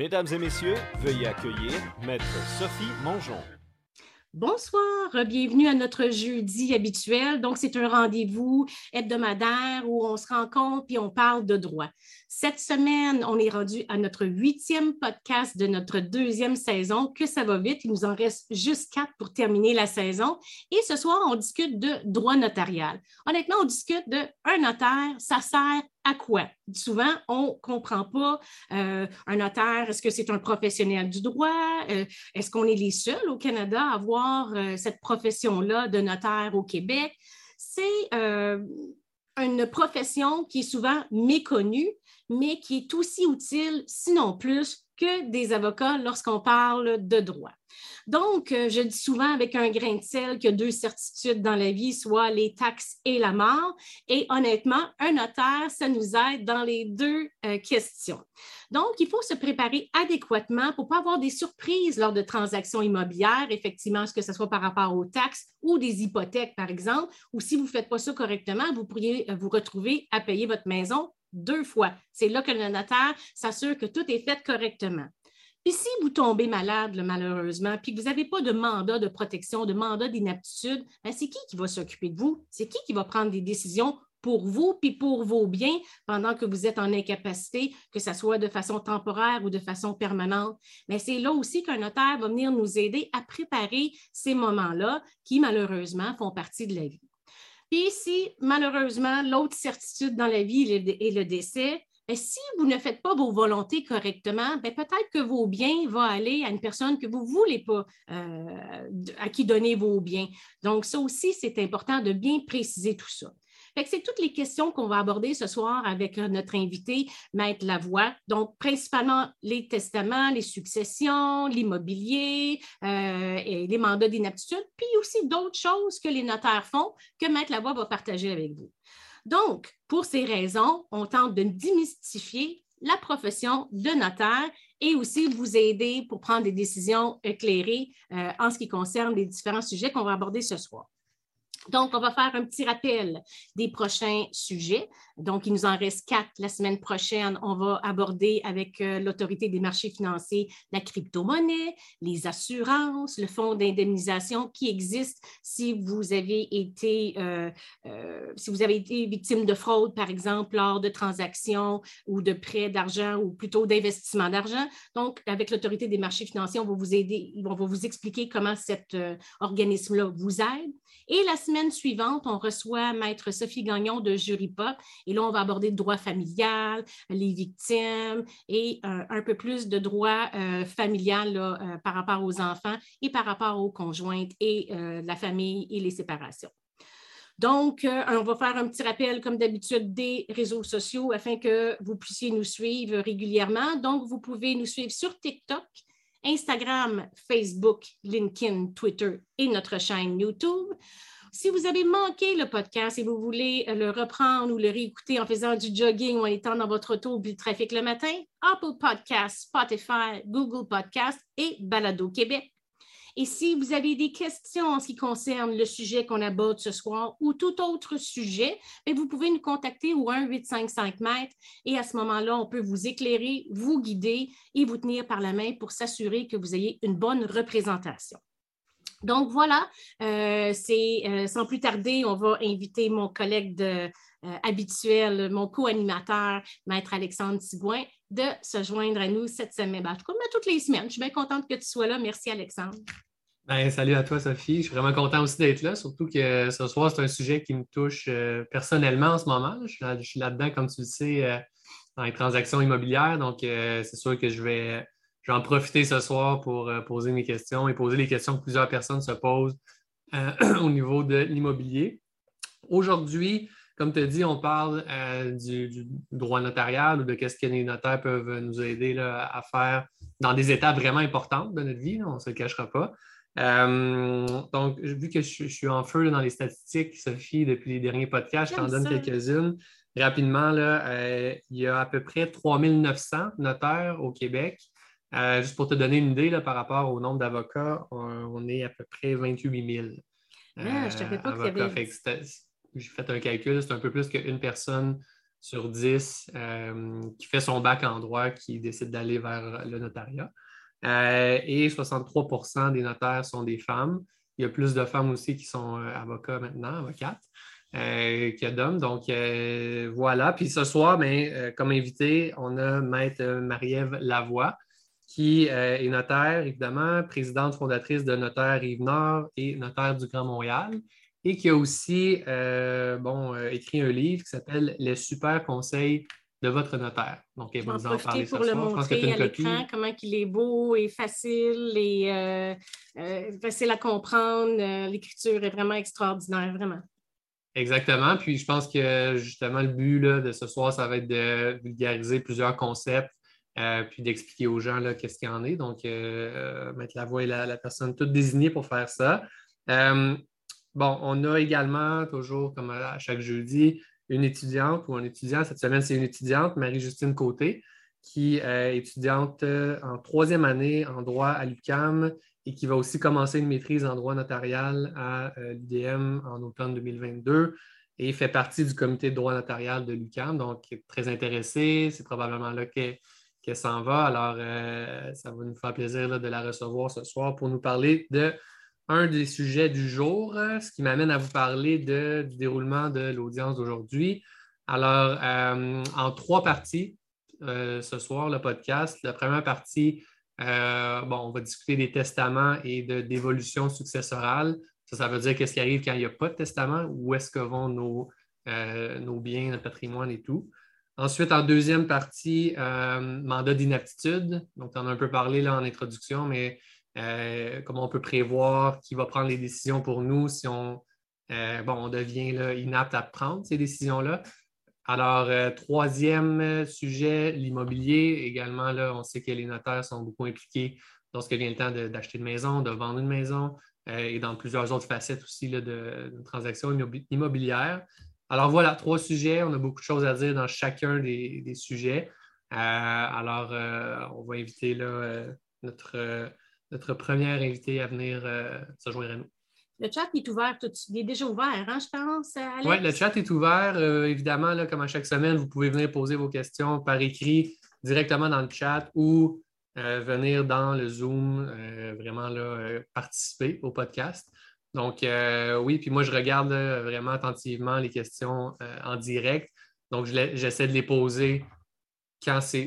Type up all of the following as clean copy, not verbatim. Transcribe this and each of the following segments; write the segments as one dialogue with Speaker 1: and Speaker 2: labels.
Speaker 1: Mesdames et messieurs, veuillez accueillir Maître Sophie Mongeon.
Speaker 2: Bonsoir, bienvenue à notre jeudi habituel. Donc, c'est un rendez-vous hebdomadaire où on se rencontre et on parle de droit. Cette semaine, on est rendu à notre 8e podcast de notre 2e saison. Que ça va vite, il nous en reste juste 4 pour terminer la saison. Et ce soir, on discute de droit notarial. Honnêtement, on discute de un notaire, ça sert à quoi? Souvent, on ne comprend pas un notaire, est-ce que c'est un professionnel du droit? Est-ce qu'on est les seuls au Canada à avoir cette profession-là de notaire au Québec? C'est une profession qui est souvent méconnue, mais qui est aussi utile, sinon plus, que des avocats lorsqu'on parle de droit. Donc, je dis souvent avec un grain de sel qu'il y a 2 certitudes dans la vie, soit les taxes et la mort. Et honnêtement, un notaire, ça nous aide dans les 2 questions. Donc, il faut se préparer adéquatement pour ne pas avoir des surprises lors de transactions immobilières, effectivement, ce que ce soit par rapport aux taxes ou des hypothèques, par exemple, ou si vous ne faites pas ça correctement, vous pourriez vous retrouver à payer votre maison 2 fois. C'est là que le notaire s'assure que tout est fait correctement. Puis si vous tombez malade, malheureusement, puis que vous n'avez pas de mandat de protection, de mandat d'inaptitude, c'est qui va s'occuper de vous? C'est qui va prendre des décisions pour vous puis pour vos biens pendant que vous êtes en incapacité, que ce soit de façon temporaire ou de façon permanente? Mais c'est là aussi qu'un notaire va venir nous aider à préparer ces moments-là qui, malheureusement, font partie de la vie. Puis si, malheureusement, l'autre certitude dans la vie est le décès, bien, si vous ne faites pas vos volontés correctement, bien, peut-être que vos biens vont aller à une personne que vous ne voulez pas à qui donner vos biens. Donc, ça aussi, c'est important de bien préciser tout ça. Fait que c'est toutes les questions qu'on va aborder ce soir avec notre invité, Maître Lavoie. Donc, principalement les testaments, les successions, l'immobilier, et les mandats d'inaptitude, puis aussi d'autres choses que les notaires font que Maître Lavoie va partager avec vous. Donc, pour ces raisons, on tente de démystifier la profession de notaire et aussi vous aider pour prendre des décisions éclairées en ce qui concerne les différents sujets qu'on va aborder ce soir. Donc, on va faire un petit rappel des prochains sujets. Donc, il nous en reste 4 la semaine prochaine. On va aborder avec l'Autorité des marchés financiers la crypto-monnaie, les assurances, le fonds d'indemnisation qui existe si vous avez été victime de fraude, par exemple, lors de transactions ou de prêts d'argent ou plutôt d'investissement d'argent. Donc, avec l'Autorité des marchés financiers, on va vous aider, on va vous expliquer comment cet organisme-là vous aide. Et la semaine suivante, on reçoit Maître Sophie Gagnon de Juripop. Et là, on va aborder le droit familial, les victimes et un peu plus de droit familial là, par rapport aux enfants et par rapport aux conjointes et la famille et les séparations. Donc, on va faire un petit rappel, comme d'habitude, des réseaux sociaux afin que vous puissiez nous suivre régulièrement. Donc, vous pouvez nous suivre sur TikTok, Instagram, Facebook, LinkedIn, Twitter et notre chaîne YouTube. Si vous avez manqué le podcast et vous voulez le reprendre ou le réécouter en faisant du jogging ou en étant dans votre auto ou le trafic le matin, Apple Podcasts, Spotify, Google Podcasts et Balado Québec. Et si vous avez des questions en ce qui concerne le sujet qu'on aborde ce soir ou tout autre sujet, vous pouvez nous contacter au 1-855-MAître et à ce moment-là, on peut vous éclairer, vous guider et vous tenir par la main pour s'assurer que vous ayez une bonne représentation. Donc voilà, sans plus tarder, on va inviter mon collègue habituel, mon co-animateur, Maître Alexandre Sigouin, de se joindre à nous cette semaine. En tout cas, toutes les semaines. Je suis bien contente que tu sois là. Merci, Alexandre.
Speaker 3: Bien, salut à toi, Sophie. Je suis vraiment content aussi d'être là, surtout que ce soir, c'est un sujet qui me touche personnellement en ce moment. Je suis là-dedans, comme tu le sais, dans les transactions immobilières. Donc, c'est sûr que je vais en profiter ce soir pour poser mes questions et poser les questions que plusieurs personnes se posent au niveau de l'immobilier. Aujourd'hui, comme tu as dit, on parle du droit notarial ou de ce que les notaires peuvent nous aider là, à faire dans des étapes vraiment importantes de notre vie, là, on ne se le cachera pas. Donc, vu que je suis en feu là, dans les statistiques, Sophie, depuis les derniers podcasts, je t'en donne quelques-unes. Rapidement, là, il y a à peu près 3900 notaires au Québec. Juste pour te donner une idée là, par rapport au nombre d'avocats, on est à peu près 28 000.
Speaker 2: Je ne savais pas qu'il y avait...
Speaker 3: J'ai fait un calcul, c'est un peu plus qu'une personne sur 10 qui fait son bac en droit qui décide d'aller vers le notariat. Et 63% des notaires sont des femmes. Il y a plus de femmes aussi qui sont avocats maintenant, avocates, qu'il y a d'hommes. Donc, voilà. Puis ce soir, comme invité, on a Maître Marie-Ève Lavoie, qui est notaire, évidemment, présidente fondatrice de Notaire Rive-Nord et notaire du Grand Montréal, et qui a aussi écrit un livre qui s'appelle « Les super conseils de votre notaire ». Donc, elle va nous en parler ce soir.
Speaker 2: Je vais en profiter pour le montrer à l'écran, comment il est beau et facile et facile à comprendre. L'écriture est vraiment extraordinaire, vraiment.
Speaker 3: Exactement. Puis, je pense que justement, le but là, de ce soir, ça va être de vulgariser plusieurs concepts puis d'expliquer aux gens là, qu'est-ce qu'il y en est. Donc, Maître Lavoie est la personne toute désignée pour faire ça. On a également, toujours comme à chaque jeudi, une étudiante ou un étudiant. Cette semaine, c'est une étudiante, Marie-Justine Côté, qui est étudiante en 3e année en droit à l'UQAM et qui va aussi commencer une maîtrise en droit notarial à l'UDM en automne 2022 et fait partie du comité de droit notarial de l'UQAM. Donc, elle est très intéressée. C'est probablement là qu'elle s'en va. Alors, ça va nous faire plaisir là, de la recevoir ce soir pour nous parler de un des sujets du jour, ce qui m'amène à vous parler du déroulement de l'audience d'aujourd'hui. Alors, en 3 parties ce soir, le podcast. La première partie, on va discuter des testaments et d'évolution successorale. Ça veut dire qu'est-ce qui arrive quand il n'y a pas de testament, où est-ce que vont nos biens, notre patrimoine et tout. Ensuite, en 2e partie, mandat d'inaptitude. Donc, on en a un peu parlé là, en introduction, mais comment on peut prévoir qui va prendre les décisions pour nous si on devient là, inapte à prendre ces décisions-là. Alors, 3e sujet, l'immobilier. Également, là, on sait que les notaires sont beaucoup impliqués lorsque vient le temps d'acheter une maison, de vendre une maison et dans plusieurs autres facettes aussi là, de transactions immobilières. Alors voilà, 3 sujets. On a beaucoup de choses à dire dans chacun des sujets. On va inviter là, notre première invitée à venir se joindre à nous.
Speaker 2: Le chat est ouvert, il est déjà ouvert, hein, je pense, Alex?
Speaker 3: Oui, le chat est ouvert. Évidemment, là, comme à chaque semaine, vous pouvez venir poser vos questions par écrit directement dans le chat ou venir dans le Zoom, vraiment là, participer au podcast. Donc, oui, puis moi, je regarde là, vraiment attentivement les questions en direct. Donc, j'essaie de les poser quand c'est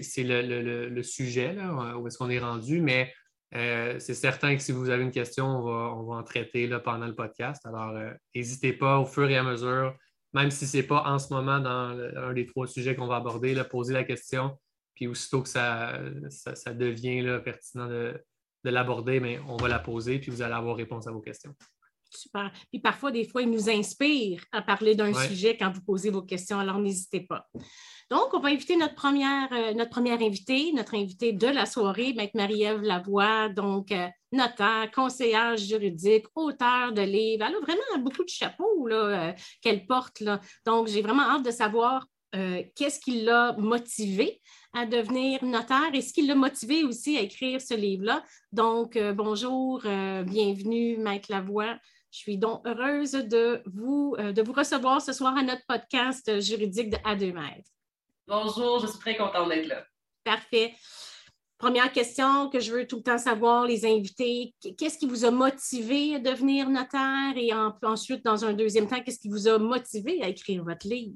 Speaker 3: le sujet, là, où est-ce qu'on est rendu, mais c'est certain que si vous avez une question, on va en traiter là, pendant le podcast. Alors, n'hésitez pas au fur et à mesure, même si ce n'est pas en ce moment dans un des 3 sujets qu'on va aborder, là, poser la question, puis aussitôt que ça devient là, pertinent de l'aborder, mais on va la poser, puis vous allez avoir réponse à vos questions.
Speaker 2: Super. Puis parfois, des fois, il nous inspire à parler d'un sujet quand vous posez vos questions, alors n'hésitez pas. Donc, on va inviter notre première invitée, notre invitée de la soirée, Maître Marie-Ève Lavoie, donc notaire, conseillère juridique, auteure de livres. Elle a vraiment beaucoup de chapeaux là, qu'elle porte. Là. Donc, j'ai vraiment hâte de savoir qu'est-ce qui l'a motivée à devenir notaire et ce qui l'a motivée aussi à écrire ce livre-là. Donc, bonjour, bienvenue, Maître Lavoie. Je suis donc heureuse de vous recevoir ce soir à notre podcast juridique de À 2 mètres.
Speaker 4: Bonjour, je suis très contente d'être là.
Speaker 2: Parfait. Première question que je veux tout le temps savoir, les invités, qu'est-ce qui vous a motivé à devenir notaire et ensuite, dans un deuxième temps, qu'est-ce qui vous a motivé à écrire votre livre?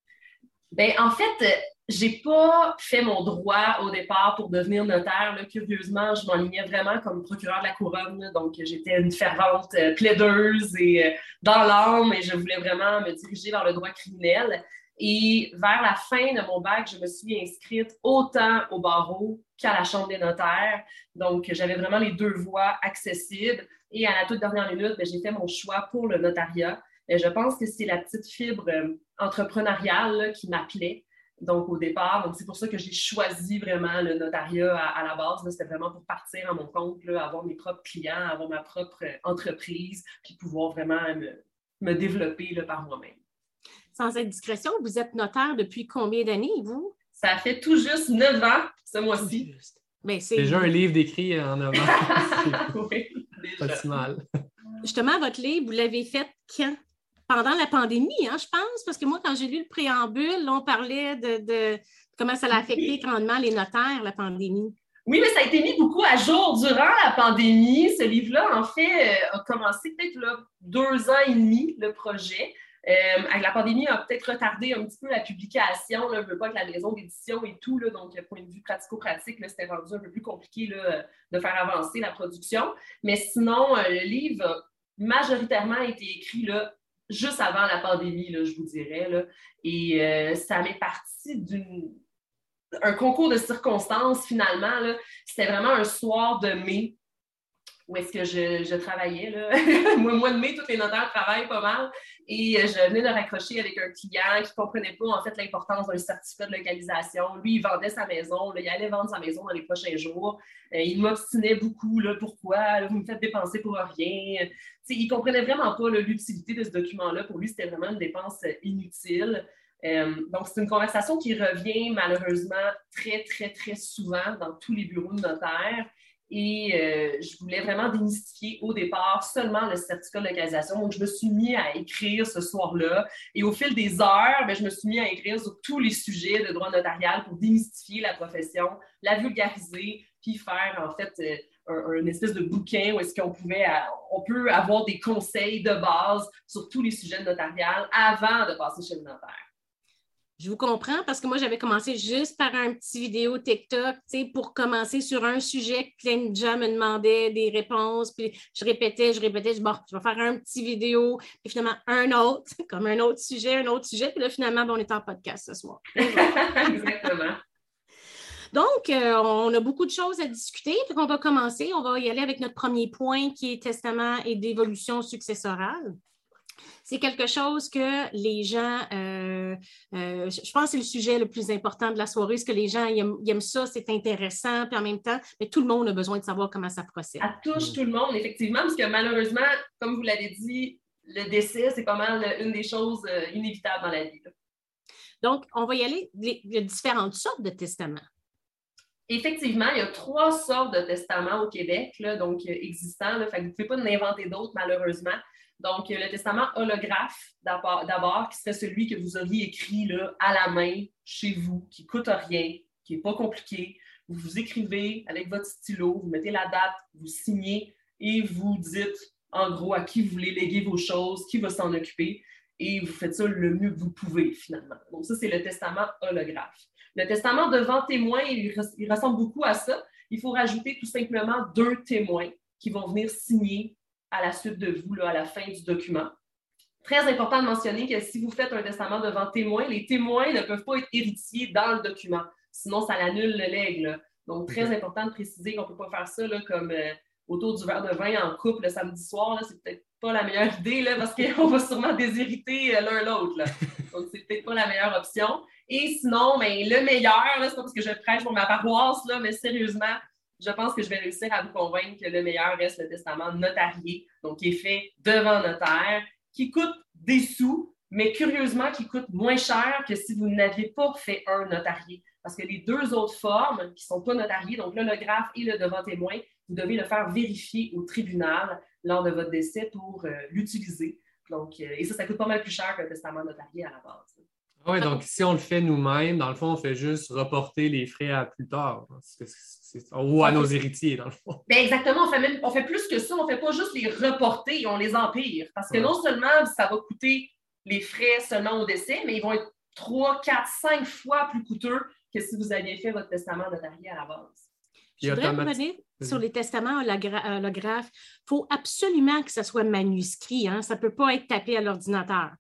Speaker 4: Bien, en fait, j'ai pas fait mon droit au départ pour devenir notaire. Là. Curieusement, je m'enlignais vraiment comme procureur de la couronne. Là. Donc, j'étais une fervente plaideuse et dans l'âme et je voulais vraiment me diriger vers le droit criminel. Et vers la fin de mon bac, je me suis inscrite autant au barreau qu'à la Chambre des notaires. Donc, j'avais vraiment les 2 voies accessibles. Et à la toute dernière minute, j'ai fait mon choix pour le notariat. Et je pense que c'est la petite fibre entrepreneuriale là, qui m'appelait. Donc, au départ, c'est pour ça que j'ai choisi vraiment le notariat à la base. Là, c'était vraiment pour partir à mon compte, là, avoir mes propres clients, avoir ma propre entreprise, puis pouvoir vraiment me développer là, par moi-même.
Speaker 2: Sans indiscrétion, vous êtes notaire depuis combien d'années, vous?
Speaker 4: Ça fait tout juste 9 ans, ce mois-ci.
Speaker 2: Ben, c'est
Speaker 3: déjà un livre d'écrit en 9 ans.
Speaker 4: Oui, déjà.
Speaker 3: Pas si mal.
Speaker 2: Justement, votre livre, vous l'avez fait quand? pendant la pandémie, hein, je pense, parce que moi, quand j'ai lu le préambule, là, on parlait de comment ça a affecté grandement les notaires, la pandémie.
Speaker 4: Oui, mais ça a été mis beaucoup à jour durant la pandémie. Ce livre-là, en fait, a commencé peut-être là, 2 ans et demi, le projet. Avec la pandémie, a peut-être retardé un petit peu la publication. Là, je ne veux pas que la maison d'édition et tout, là, donc point de vue pratico-pratique, là, c'était rendu un peu plus compliqué là, de faire avancer la production. Mais sinon, le livre a majoritairement été écrit là, juste avant la pandémie, là, je vous dirais. Là, et ça m'est parti un concours de circonstances, finalement. Là. C'était vraiment un soir de mai où est-ce que je travaillais. Là. Mois de mai, tous les notaires travaillent pas mal. Et je venais de raccrocher avec un client qui ne comprenait pas, en fait, l'importance d'un certificat de localisation. Lui, il vendait sa maison. Là, il allait vendre sa maison dans les prochains jours. Il m'obstinait beaucoup. Là, pourquoi? Là, vous me faites dépenser pour rien. Il ne comprenait vraiment pas là, l'utilité de ce document-là. Pour lui, c'était vraiment une dépense inutile. Donc, c'est une conversation qui revient malheureusement très, très, très souvent dans tous les bureaux de notaires. Et je voulais vraiment démystifier au départ seulement le certificat de localisation. Donc, je me suis mis à écrire ce soir-là. Et au fil des heures, je me suis mis à écrire sur tous les sujets de droit notarial pour démystifier la profession, la vulgariser, puis faire en fait une espèce de bouquin où est-ce on peut avoir des conseils de base sur tous les sujets notarial avant de passer chez le notaire.
Speaker 2: Je vous comprends parce que moi, j'avais commencé juste par un petit vidéo TikTok, pour commencer sur un sujet que plein de gens me demandaient des réponses, puis je répétais, je bon, je vais faire un petit vidéo, puis finalement un autre, comme un autre sujet, puis là, finalement, on est en podcast ce soir.
Speaker 4: Exactement.
Speaker 2: Donc, on a beaucoup de choses à discuter, puis on va commencer. On va y aller avec notre premier point qui est testament et dévolution successorale. C'est quelque chose que les gens, je pense que c'est le sujet le plus important de la soirée, parce que les gens ils aiment ça, c'est intéressant, puis en même temps, mais tout le monde a besoin de savoir comment ça procède.
Speaker 4: Ça touche tout le monde, effectivement, parce que malheureusement, comme vous l'avez dit, le décès, c'est pas mal une des choses inévitables dans la vie. Là.
Speaker 2: Donc, on va y aller. Il y a différentes sortes de testaments.
Speaker 4: Effectivement, il y a 3 sortes de testaments au Québec, là, donc existants. Là, fait que vous ne pouvez pas en inventer d'autres, malheureusement. Donc, le testament holographe, d'abord, qui serait celui que vous auriez écrit là, à la main, chez vous, qui ne coûte rien, qui n'est pas compliqué. Vous écrivez avec votre stylo, vous mettez la date, vous signez et vous dites, en gros, à qui vous voulez léguer vos choses, qui va s'en occuper, et vous faites ça le mieux que vous pouvez, finalement. Donc, ça, c'est le testament holographe. Le testament devant témoin, il ressemble beaucoup à ça. Il faut rajouter tout simplement 2 témoins qui vont venir signer à la suite de vous, là, à la fin du document. Très important de mentionner que si vous faites un testament devant témoin, les témoins ne peuvent pas être héritiers dans le document. Sinon, ça l'annule le legs. Là. Donc, très important de préciser qu'on ne peut pas faire ça là, comme autour du verre de vin en couple le samedi soir. Là, c'est peut-être pas la meilleure idée là, parce qu'on va sûrement déshériter l'un l'autre. Là. Donc, c'est peut-être pas la meilleure option. Et sinon, ben, le meilleur, là, c'est pas parce que je prêche pour ma paroisse, là, mais sérieusement, je pense que je vais réussir à vous convaincre que le meilleur reste le testament notarié, donc qui est fait devant notaire, qui coûte des sous, mais curieusement, qui coûte moins cher que si vous n'aviez pas fait un notarié. Parce que les 2 autres formes qui ne sont pas notariées, donc l'holographe et le devant témoin, vous devez le faire vérifier au tribunal lors de votre décès pour l'utiliser. Donc, et ça coûte pas mal plus cher qu'un testament notarié à la base.
Speaker 3: Oui, donc si on le fait nous-mêmes, dans le fond, on fait juste reporter les frais à plus tard. Ou à nos héritiers, dans le fond.
Speaker 4: Bien, exactement. On fait plus que ça. On ne fait pas juste les reporter, on les empire. Parce que non seulement ça va coûter les frais seulement au décès, mais ils vont être 3, 4, 5 fois plus coûteux que si vous aviez fait votre testament notarié à la base.
Speaker 2: Je voudrais revenir sur les testaments holographes. Il faut absolument que ça soit manuscrit. Hein? Ça ne peut pas être tapé à l'ordinateur.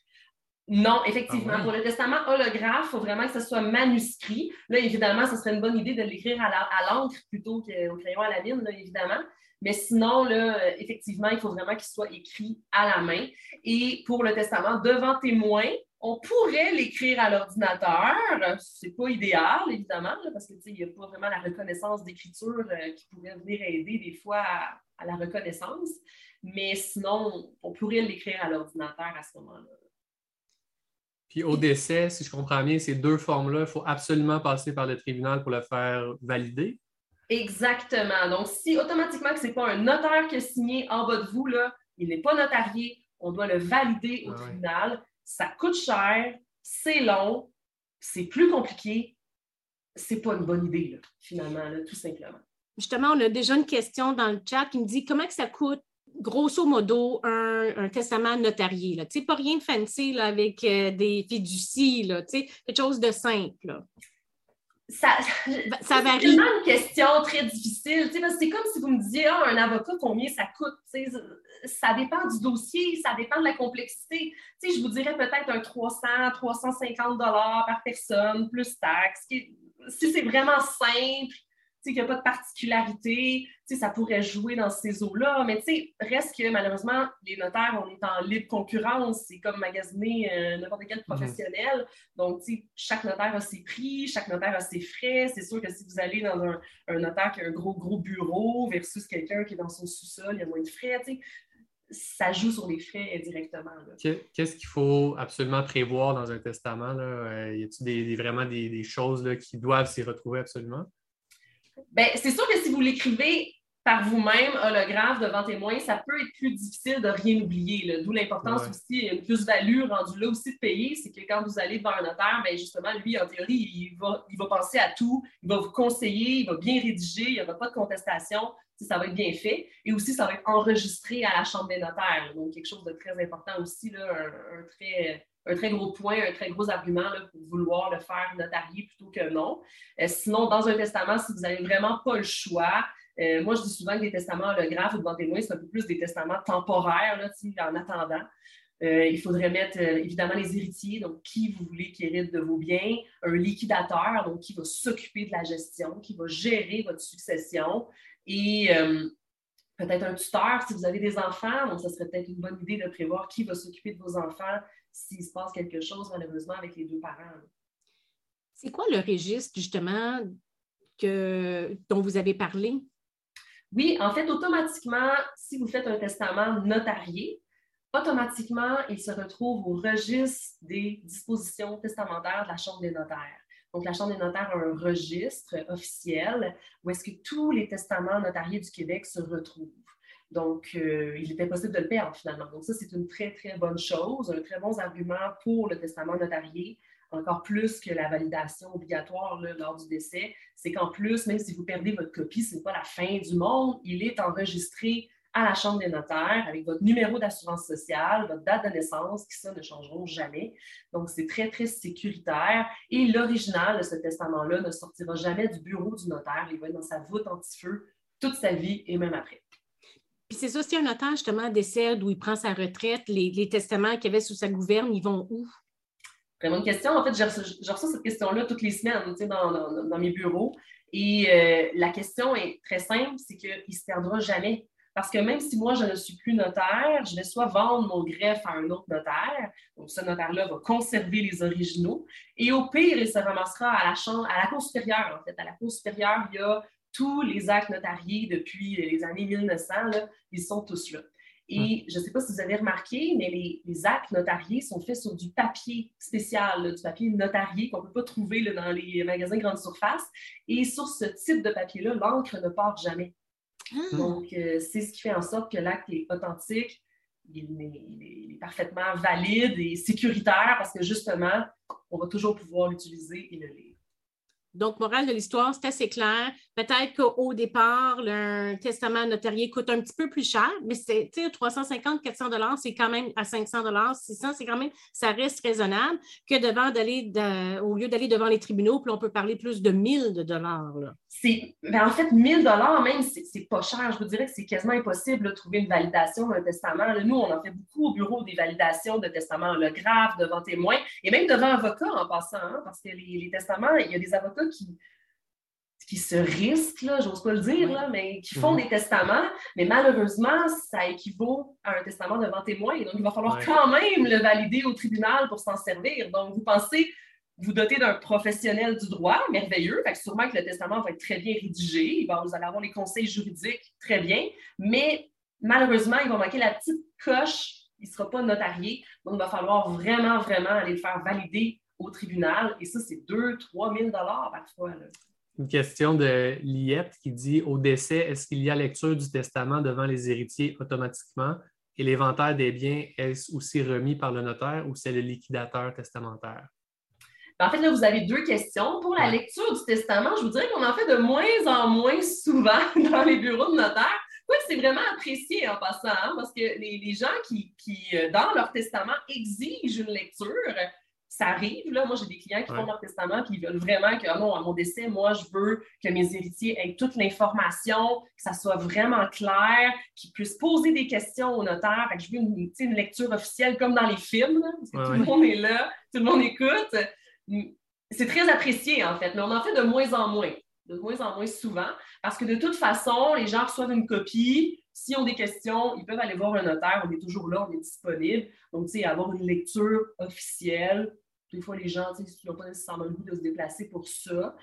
Speaker 4: Non, effectivement. Ah ouais. Pour le testament holographe, il faut vraiment que ce soit manuscrit. Là, évidemment, ce serait une bonne idée de l'écrire à l'encre plutôt qu'au crayon à la mine, là, évidemment. Mais sinon, là, effectivement, il faut vraiment qu'il soit écrit à la main. Et pour le testament devant témoin, on pourrait l'écrire à l'ordinateur. C'est pas idéal, évidemment, là, parce qu'il n'y a pas vraiment la reconnaissance d'écriture qui pourrait venir aider des fois à la reconnaissance. Mais sinon, on pourrait l'écrire à l'ordinateur à ce moment-là.
Speaker 3: Puis au décès, si je comprends bien, ces 2 formes-là, il faut absolument passer par le tribunal pour le faire valider. Exactement.
Speaker 4: Donc, si automatiquement que ce n'est pas un notaire qui a signé en bas de vous, là, il n'est pas notarié, on doit le valider au tribunal. Ça coûte cher, c'est long, c'est plus compliqué. C'est pas une bonne idée, là, finalement, là, tout simplement.
Speaker 2: Justement, on a déjà une question dans le chat qui me dit comment que ça coûte, grosso modo, un testament notarié. Là. Tu sais, pas rien de fancy là, avec des fiducies, là, tu sais, quelque chose de simple. Là.
Speaker 4: Ça
Speaker 2: varie.
Speaker 4: C'est vraiment une question très difficile. Parce que c'est comme si vous me disiez un avocat, combien ça coûte? Ça dépend du dossier, ça dépend de la complexité. Je vous dirais peut-être un 300-350 $ par personne, plus taxes. Si c'est vraiment simple, qu'il n'y a pas de particularité, ça pourrait jouer dans ces eaux-là. Mais reste que malheureusement, les notaires, on est en libre concurrence. C'est comme magasiner n'importe quel professionnel. Donc, chaque notaire a ses prix, chaque notaire a ses frais. C'est sûr que si vous allez dans un notaire qui a un gros bureau versus quelqu'un qui est dans son sous-sol, il y a moins de frais, ça joue sur les frais directement. Là.
Speaker 3: Qu'est-ce qu'il faut absolument prévoir dans un testament? Là? Y a-t-il vraiment des choses là, qui doivent s'y retrouver absolument?
Speaker 4: Bien, c'est sûr que si vous l'écrivez par vous-même, holographe, devant témoin, ça peut être plus difficile de rien oublier. Là. D'où l'importance aussi, une plus-value rendue là aussi de payer, c'est que quand vous allez devant un notaire, bien justement, lui, en théorie, il va penser à tout, il va vous conseiller, il va bien rédiger, il n'y aura pas de contestation, ça va être bien fait. Et aussi, ça va être enregistré à la Chambre des notaires. Donc, quelque chose de très important aussi, là, un très gros point, un très gros argument là, pour vouloir le faire notarier plutôt que non. Sinon, dans un testament, si vous n'avez vraiment pas le choix, moi, je dis souvent que des testaments holographes ou devant témoin, c'est un peu plus des testaments temporaires là, en attendant. Il faudrait mettre évidemment les héritiers, donc qui vous voulez qui hérite de vos biens, un liquidateur, donc qui va s'occuper de la gestion, qui va gérer votre succession, et peut-être un tuteur si vous avez des enfants. Donc, ça serait peut-être une bonne idée de prévoir qui va s'occuper de vos enfants s'il se passe quelque chose, malheureusement, avec les deux parents. Là.
Speaker 2: C'est quoi le registre, justement, dont vous avez parlé?
Speaker 4: Oui, en fait, automatiquement, si vous faites un testament notarié, automatiquement, il se retrouve au registre des dispositions testamentaires de la Chambre des notaires. Donc, la Chambre des notaires a un registre officiel où est-ce que tous les testaments notariés du Québec se retrouvent. Donc, il était possible de le perdre finalement. Donc, ça, c'est une très, très bonne chose, un très bon argument pour le testament notarié, encore plus que la validation obligatoire là, lors du décès. C'est qu'en plus, même si vous perdez votre copie, ce n'est pas la fin du monde, il est enregistré à la Chambre des notaires avec votre numéro d'assurance sociale, votre date de naissance, qui ça ne changeront jamais. Donc, c'est très, très sécuritaire. Et l'original de ce testament-là ne sortira jamais du bureau du notaire. Il va être dans sa voûte anti-feu toute sa vie et même après.
Speaker 2: Puis c'est ça, si un notaire, justement, décède ou il prend sa retraite, les testaments qu'il y avait sous sa gouverne, ils vont où?
Speaker 4: Très bonne question. En fait, je reçois cette question-là toutes les semaines dans mes bureaux. Et la question est très simple, c'est qu'il ne se perdra jamais. Parce que même si moi, je ne suis plus notaire, je vais soit vendre mon greffe à un autre notaire, donc ce notaire-là va conserver les originaux, et au pire, il se ramassera à la Cour supérieure, en fait. À la Cour supérieure, il y a tous les actes notariés depuis les années 1900, là, ils sont tous là. Et je ne sais pas si vous avez remarqué, mais les actes notariés sont faits sur du papier spécial, là, du papier notarié qu'on ne peut pas trouver là, dans les magasins grande surface. Et sur ce type de papier-là, l'encre ne part jamais. Donc, c'est ce qui fait en sorte que l'acte est authentique, il est parfaitement valide et sécuritaire parce que justement, on va toujours pouvoir l'utiliser et le lire.
Speaker 2: Donc, morale de l'histoire, c'est assez clair. Peut-être qu'au départ, un testament notarié coûte un petit peu plus cher, mais c'est 350, 400 $, c'est quand même à 500 $, 600, c'est quand même, ça reste raisonnable que au lieu d'aller devant les tribunaux, puis on peut parler plus de 1000 $. Là.
Speaker 4: En fait, 1000 $ même, c'est pas cher. Je vous dirais que c'est quasiment impossible de trouver une validation d'un testament. Là, nous, on en fait beaucoup au bureau des validations de testaments holographes, devant témoins, et même devant avocat en passant, hein, parce que les testaments, il y a des avocats qui se risquent, là, j'ose pas le dire, là, mais qui font des testaments, mais malheureusement, ça équivaut à un testament devant témoin. Donc, il va falloir quand même le valider au tribunal pour s'en servir. Donc, vous pensez vous doter d'un professionnel du droit, merveilleux, fait que sûrement que le testament va être très bien rédigé, vous allez avoir les conseils juridiques très bien, mais malheureusement, il va manquer la petite coche, il ne sera pas notarié, donc il va falloir vraiment, vraiment aller le faire valider au tribunal, et ça, c'est 2-3 000 $ parfois. Là.
Speaker 3: Une question de Liette qui dit « Au décès, est-ce qu'il y a lecture du testament devant les héritiers automatiquement? Et l'inventaire des biens, est-ce aussi remis par le notaire ou c'est le liquidateur testamentaire?
Speaker 4: En fait, là, vous avez 2 questions. Pour la lecture du testament, je vous dirais qu'on en fait de moins en moins souvent dans les bureaux de notaire. Oui, c'est vraiment apprécié en passant, hein, parce que les gens qui, dans leur testament, exigent une lecture, ça arrive. Là. Moi, j'ai des clients qui font leur testament et ils veulent vraiment que, non, à mon décès, moi, je veux que mes héritiers aient toute l'information, que ça soit vraiment clair, qu'ils puissent poser des questions au notaire. Fait que je veux une lecture officielle comme dans les films, là, parce que tout le monde est là, tout le monde écoute. C'est très apprécié, en fait, mais on en fait de moins en moins souvent, parce que de toute façon, les gens reçoivent une copie. S'ils ont des questions, ils peuvent aller voir un notaire. On est toujours là, on est disponible. Donc, tu sais, avoir une lecture officielle. Des fois, les gens, tu sais, ils n'ont pas nécessairement le goût de se déplacer pour ça.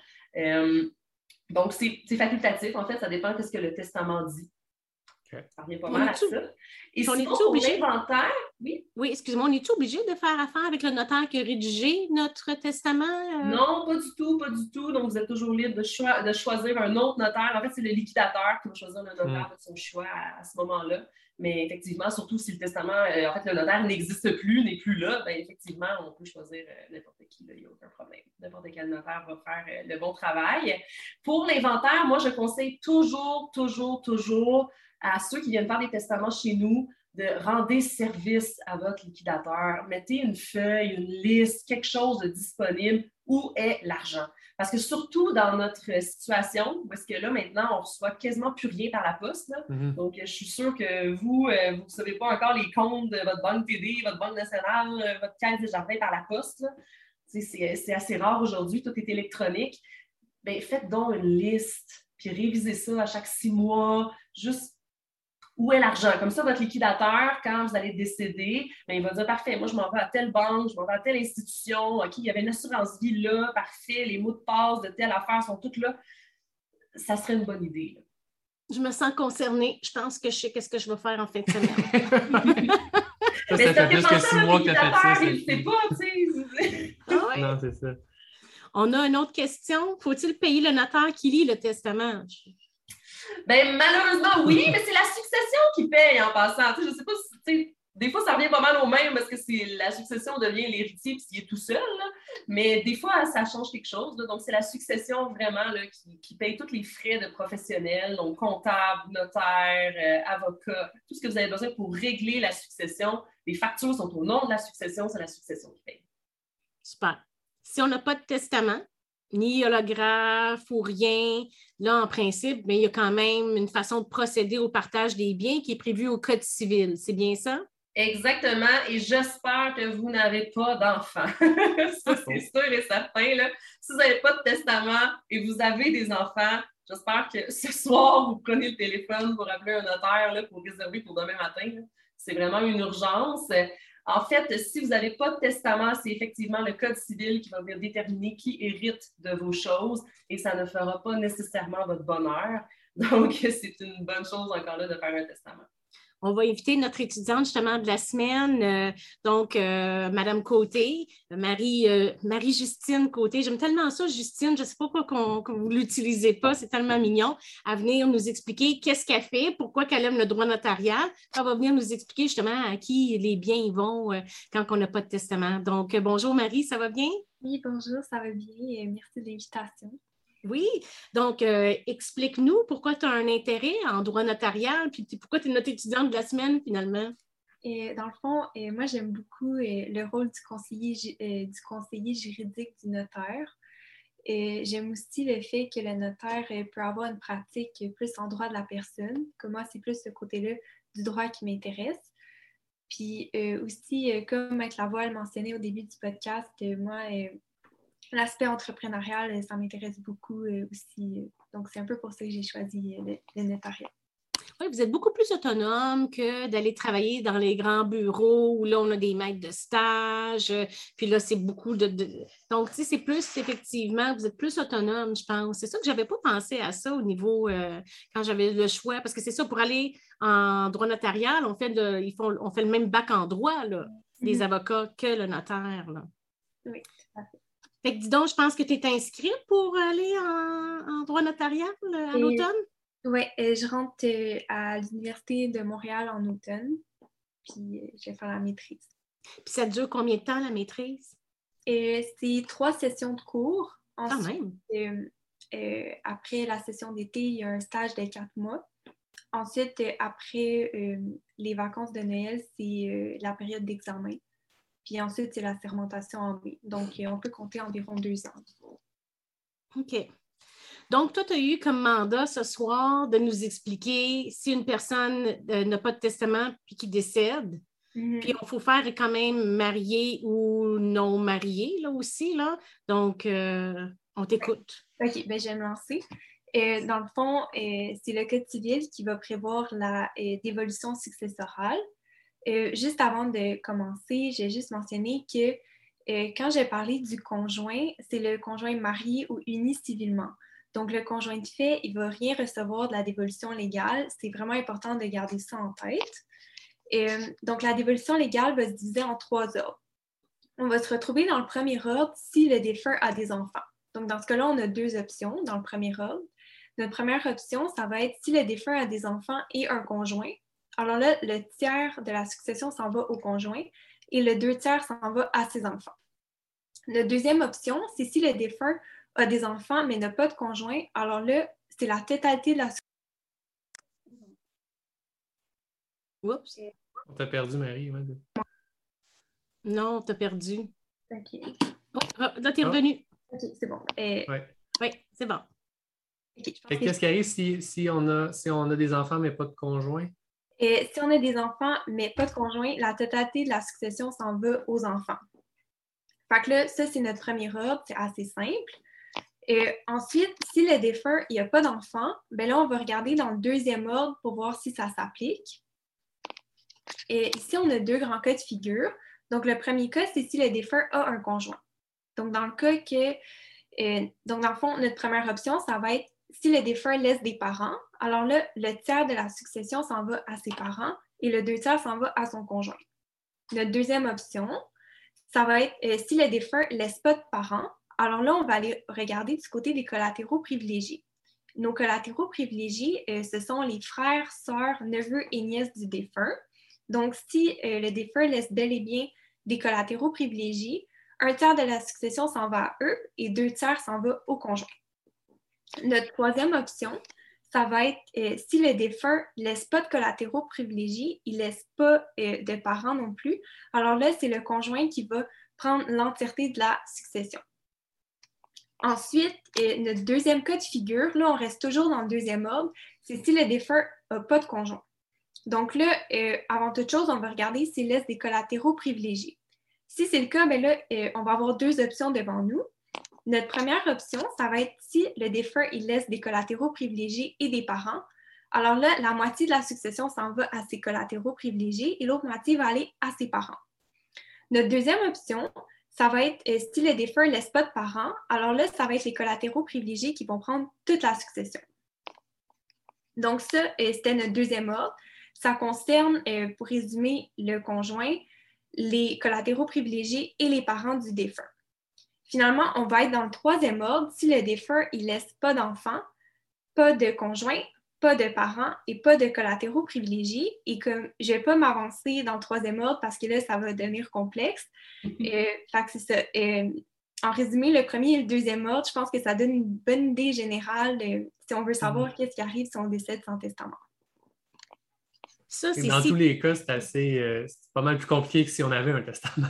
Speaker 4: Donc, c'est facultatif. En fait, ça dépend de ce que le testament dit. Ça revient pas mal à ça. Et sinon, pour l'inventaire, oui?
Speaker 2: Oui, excuse-moi, on est-tu obligé de faire affaire avec le notaire qui a rédigé notre testament?
Speaker 4: Non, pas du tout, pas du tout. Donc, vous êtes toujours libre de choisir un autre notaire. En fait, c'est le liquidateur qui va choisir le notaire de son choix à ce moment-là. Mais effectivement, surtout si le testament, en fait, le notaire n'existe plus, n'est plus là, bien, effectivement, on peut choisir n'importe qui, il n'y a aucun problème. N'importe quel notaire va faire le bon travail. Pour l'inventaire, moi, je conseille toujours à ceux qui viennent faire des testaments chez nous de rendre service à votre liquidateur. Mettez une feuille, une liste, quelque chose de disponible. Où est l'argent? Parce que surtout dans notre situation, parce que là, maintenant, on ne reçoit quasiment plus rien par la poste. Donc, je suis sûre que vous ne savez pas encore les comptes de votre banque TD, votre banque nationale, votre caisse des jardins par la poste. C'est assez rare aujourd'hui, tout est électronique. Bien, faites donc une liste, puis révisez ça à chaque 6 mois, juste où est l'argent? Comme ça, votre liquidateur, quand vous allez décéder, bien, il va dire, parfait, moi, je m'en vais à telle banque, je m'en vais à telle institution, OK, il y avait une assurance vie là, parfait, les mots de passe de telle affaire sont tous là. Ça serait une bonne idée. Là.
Speaker 2: Je me sens concernée. Je pense que je sais qu'est-ce que je vais faire en fin de semaine.
Speaker 3: ça fait plus que 6 mois que tu as fait ça.
Speaker 4: Il ne sait pas, tu sais.
Speaker 3: Non, c'est ça.
Speaker 2: On a une autre question. Faut-il payer le notaire qui lit le testament?
Speaker 4: Bien, malheureusement, oui, mais c'est la succession qui paye en passant. Je ne sais pas si, des fois, ça revient pas mal au même parce que la succession devient l'héritier puis il est tout seul. Là. Mais des fois, ça change quelque chose. Là. Donc, c'est la succession vraiment là, qui paye tous les frais de professionnels, donc comptable, notaire, avocat, tout ce que vous avez besoin pour régler la succession. Les factures sont au nom de la succession, c'est la succession qui paye.
Speaker 2: Super. Si on n'a pas de testament, ni holographe ou rien, là, en principe, mais il y a quand même une façon de procéder au partage des biens qui est prévue au Code civil. C'est bien ça?
Speaker 4: Exactement. Et j'espère que vous n'avez pas d'enfants. Ça, c'est sûr et certain. Là. Si vous n'avez pas de testament et vous avez des enfants, j'espère que ce soir, vous prenez le téléphone pour appeler un notaire là, pour réserver pour demain matin. Là. C'est vraiment une urgence. En fait, si vous n'avez pas de testament, c'est effectivement le Code civil qui va venir déterminer qui hérite de vos choses et ça ne fera pas nécessairement votre bonheur. Donc, c'est une bonne chose encore là de faire un testament.
Speaker 2: On va inviter notre étudiante justement de la semaine, Madame Côté, Marie-Justine Côté. J'aime tellement ça, Justine. Je ne sais pas pourquoi que vous ne l'utilisez pas, c'est tellement mignon, à venir nous expliquer qu'est-ce qu'elle fait, pourquoi qu'elle aime le droit notarial. Elle va venir nous expliquer justement à qui les biens vont quand on n'a pas de testament. Donc, bonjour Marie, ça va bien?
Speaker 5: Oui, bonjour, ça va bien. Merci de l'invitation.
Speaker 2: Oui, donc explique-nous pourquoi tu as un intérêt en droit notarial, puis pourquoi tu es notre étudiante de la semaine finalement.
Speaker 5: Dans le fond, moi j'aime beaucoup le rôle du conseiller juridique du notaire. J'aime aussi le fait que le notaire peut avoir une pratique plus en droit de la personne. Comme moi, c'est plus ce côté-là du droit qui m'intéresse. Puis aussi, comme Maître Lavoie le mentionnait au début du podcast, moi, l'aspect entrepreneurial, ça m'intéresse beaucoup aussi. Donc, c'est un peu pour ça que j'ai choisi le notariat.
Speaker 2: Oui, vous êtes beaucoup plus autonome que d'aller travailler dans les grands bureaux où là, on a des maîtres de stage. Puis là, c'est beaucoup de... Donc, tu sais, c'est plus, effectivement, vous êtes plus autonome, je pense. C'est ça que je n'avais pas pensé à ça au niveau, quand j'avais le choix. Parce que c'est ça, pour aller en droit notarial, on fait le même bac en droit, là, les avocats, que le notaire. Là.
Speaker 5: Oui, tout à fait.
Speaker 2: Fait que dis donc, je pense que tu es inscrite pour aller en droit notarial à l'automne?
Speaker 5: Oui, je rentre à l'Université de Montréal en automne. puis je vais faire la maîtrise.
Speaker 2: Puis ça dure combien de temps, la maîtrise?
Speaker 5: C'est 3 sessions de cours.
Speaker 2: Quand
Speaker 5: Ensuite,
Speaker 2: même.
Speaker 5: après la session d'été, il y a un stage de 4 mois. Ensuite, après les vacances de Noël, c'est la période d'examen. Puis ensuite, c'est la sermentation en mai. Donc, on peut compter environ 2 ans.
Speaker 2: OK. Donc, toi, tu as eu comme mandat ce soir de nous expliquer si une personne n'a pas de testament puis qui décède. Puis, il faut faire quand même marié ou non marié, là aussi, là. Donc, on t'écoute.
Speaker 5: OK, bien, je vais me lancer. Dans le fond, c'est le Code civil qui va prévoir la dévolution successorale. Juste avant de commencer, j'ai juste mentionné que quand j'ai parlé du conjoint, c'est le conjoint marié ou uni civilement. Donc, le conjoint de fait, il ne va rien recevoir de la dévolution légale. C'est vraiment important de garder ça en tête. Donc, la dévolution légale va se diviser en 3 ordres. On va se retrouver dans le premier ordre si le défunt a des enfants. Donc, dans ce cas-là, on a 2 options dans le premier ordre. Notre première option, ça va être si le défunt a des enfants et un conjoint. Alors là, le tiers de la succession s'en va au conjoint et le 2/3 s'en va à ses enfants. La deuxième option, c'est si le défunt a des enfants mais n'a pas de conjoint. Alors là, c'est la totalité de la succession.
Speaker 2: Oups.
Speaker 3: On t'a perdu, Marie. Ouais.
Speaker 2: Non, t'as perdu.
Speaker 5: OK.
Speaker 2: Oh, là, t'es revenu.
Speaker 5: OK, c'est bon.
Speaker 2: Oui, c'est bon.
Speaker 5: Okay,
Speaker 3: qu'est-ce qui arrive si on a des enfants mais pas de conjoint?
Speaker 5: Si on a des enfants mais pas de conjoint, la totalité de la succession s'en va aux enfants. Fait que là, ça, c'est notre premier ordre. C'est assez simple. Ensuite, si le défunt n'a pas d'enfant, ben là, on va regarder dans le deuxième ordre pour voir si ça s'applique. Ici, on a 2 grands cas de figure. Donc, le premier cas, c'est si le défunt a un conjoint. Donc, dans le cas que... donc, dans le fond, notre première option, ça va être si le défunt laisse des parents. Alors là, le tiers de la succession s'en va à ses parents et le 2/3 s'en va à son conjoint. Notre deuxième option, ça va être si le défunt ne laisse pas de parents. Alors là, on va aller regarder du côté des collatéraux privilégiés. Nos collatéraux privilégiés, ce sont les frères, sœurs, neveux et nièces du défunt. Donc, si le défunt laisse bel et bien des collatéraux privilégiés, 1/3 de la succession s'en va à eux et 2/3 s'en va au conjoint. Notre troisième option, ça va être si le défunt ne laisse pas de collatéraux privilégiés, il ne laisse pas de parents non plus, alors là, c'est le conjoint qui va prendre l'entièreté de la succession. Ensuite, notre deuxième cas de figure, là, on reste toujours dans le deuxième ordre, c'est si le défunt n'a pas de conjoint. Donc là, avant toute chose, on va regarder s'il laisse des collatéraux privilégiés. Si c'est le cas, bien là, on va avoir 2 options devant nous. Notre première option, ça va être si le défunt il laisse des collatéraux privilégiés et des parents. Alors là, la moitié de la succession s'en va à ses collatéraux privilégiés et l'autre moitié va aller à ses parents. Notre deuxième option, ça va être si le défunt ne laisse pas de parents. Alors là, ça va être les collatéraux privilégiés qui vont prendre toute la succession. Donc ça, c'était notre deuxième ordre. Ça concerne, pour résumer, le conjoint, les collatéraux privilégiés et les parents du défunt. Finalement, on va être dans le troisième ordre si le défunt ne laisse pas d'enfants, pas de conjoint, pas de parents et pas de collatéraux privilégiés. Et comme je ne vais pas m'avancer dans le troisième ordre parce que là, ça va devenir complexe. Fait que c'est ça. En résumé, le premier et le deuxième ordre, je pense que ça donne une bonne idée générale si on veut savoir qu'est-ce qui arrive si on décède sans testament.
Speaker 2: Ça, c'est
Speaker 3: dans tous les cas, c'est pas mal plus compliqué que si on avait un testament.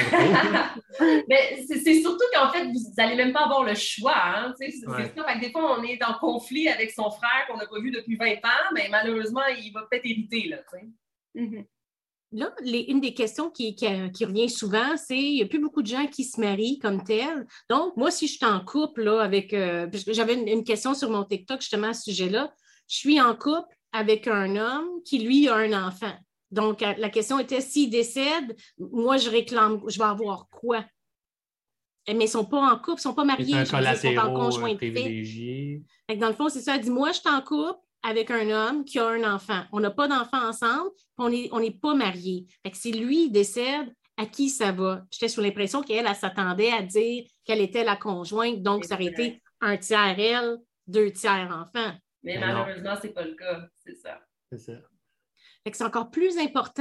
Speaker 4: Mais c'est surtout qu'en fait, vous n'allez même pas avoir le choix. Hein, c'est ça. Fait que des fois, on est en conflit avec son frère qu'on n'a pas vu depuis 20 ans, mais malheureusement, il va peut-être hériter. Là,
Speaker 2: Là, une des questions qui revient souvent, c'est qu'il n'y a plus beaucoup de gens qui se marient comme tel. Donc, moi, si je suis en couple là, avec... j'avais une question sur mon TikTok justement à ce sujet-là. Je suis en couple avec un homme qui, lui, a un enfant. Donc, la question était, s'il décède, moi, je réclame, je vais avoir quoi? Mais ils ne sont pas en couple, ils ne sont pas mariés.
Speaker 3: Ils sont
Speaker 2: en conjoint
Speaker 3: privilégié.
Speaker 2: Fait que dans le fond, c'est ça. Elle dit, moi, je suis en couple avec un homme qui a un enfant. On n'a pas d'enfant ensemble, on n'est pas mariés. Fait que si lui décède, à qui ça va? J'étais sous l'impression qu'elle s'attendait à dire qu'elle était la conjointe, donc ça aurait été 1/3 elle, 2/3 enfant.
Speaker 4: Mais malheureusement, ce n'est pas le cas, c'est ça.
Speaker 3: C'est ça.
Speaker 2: Fait que c'est encore plus important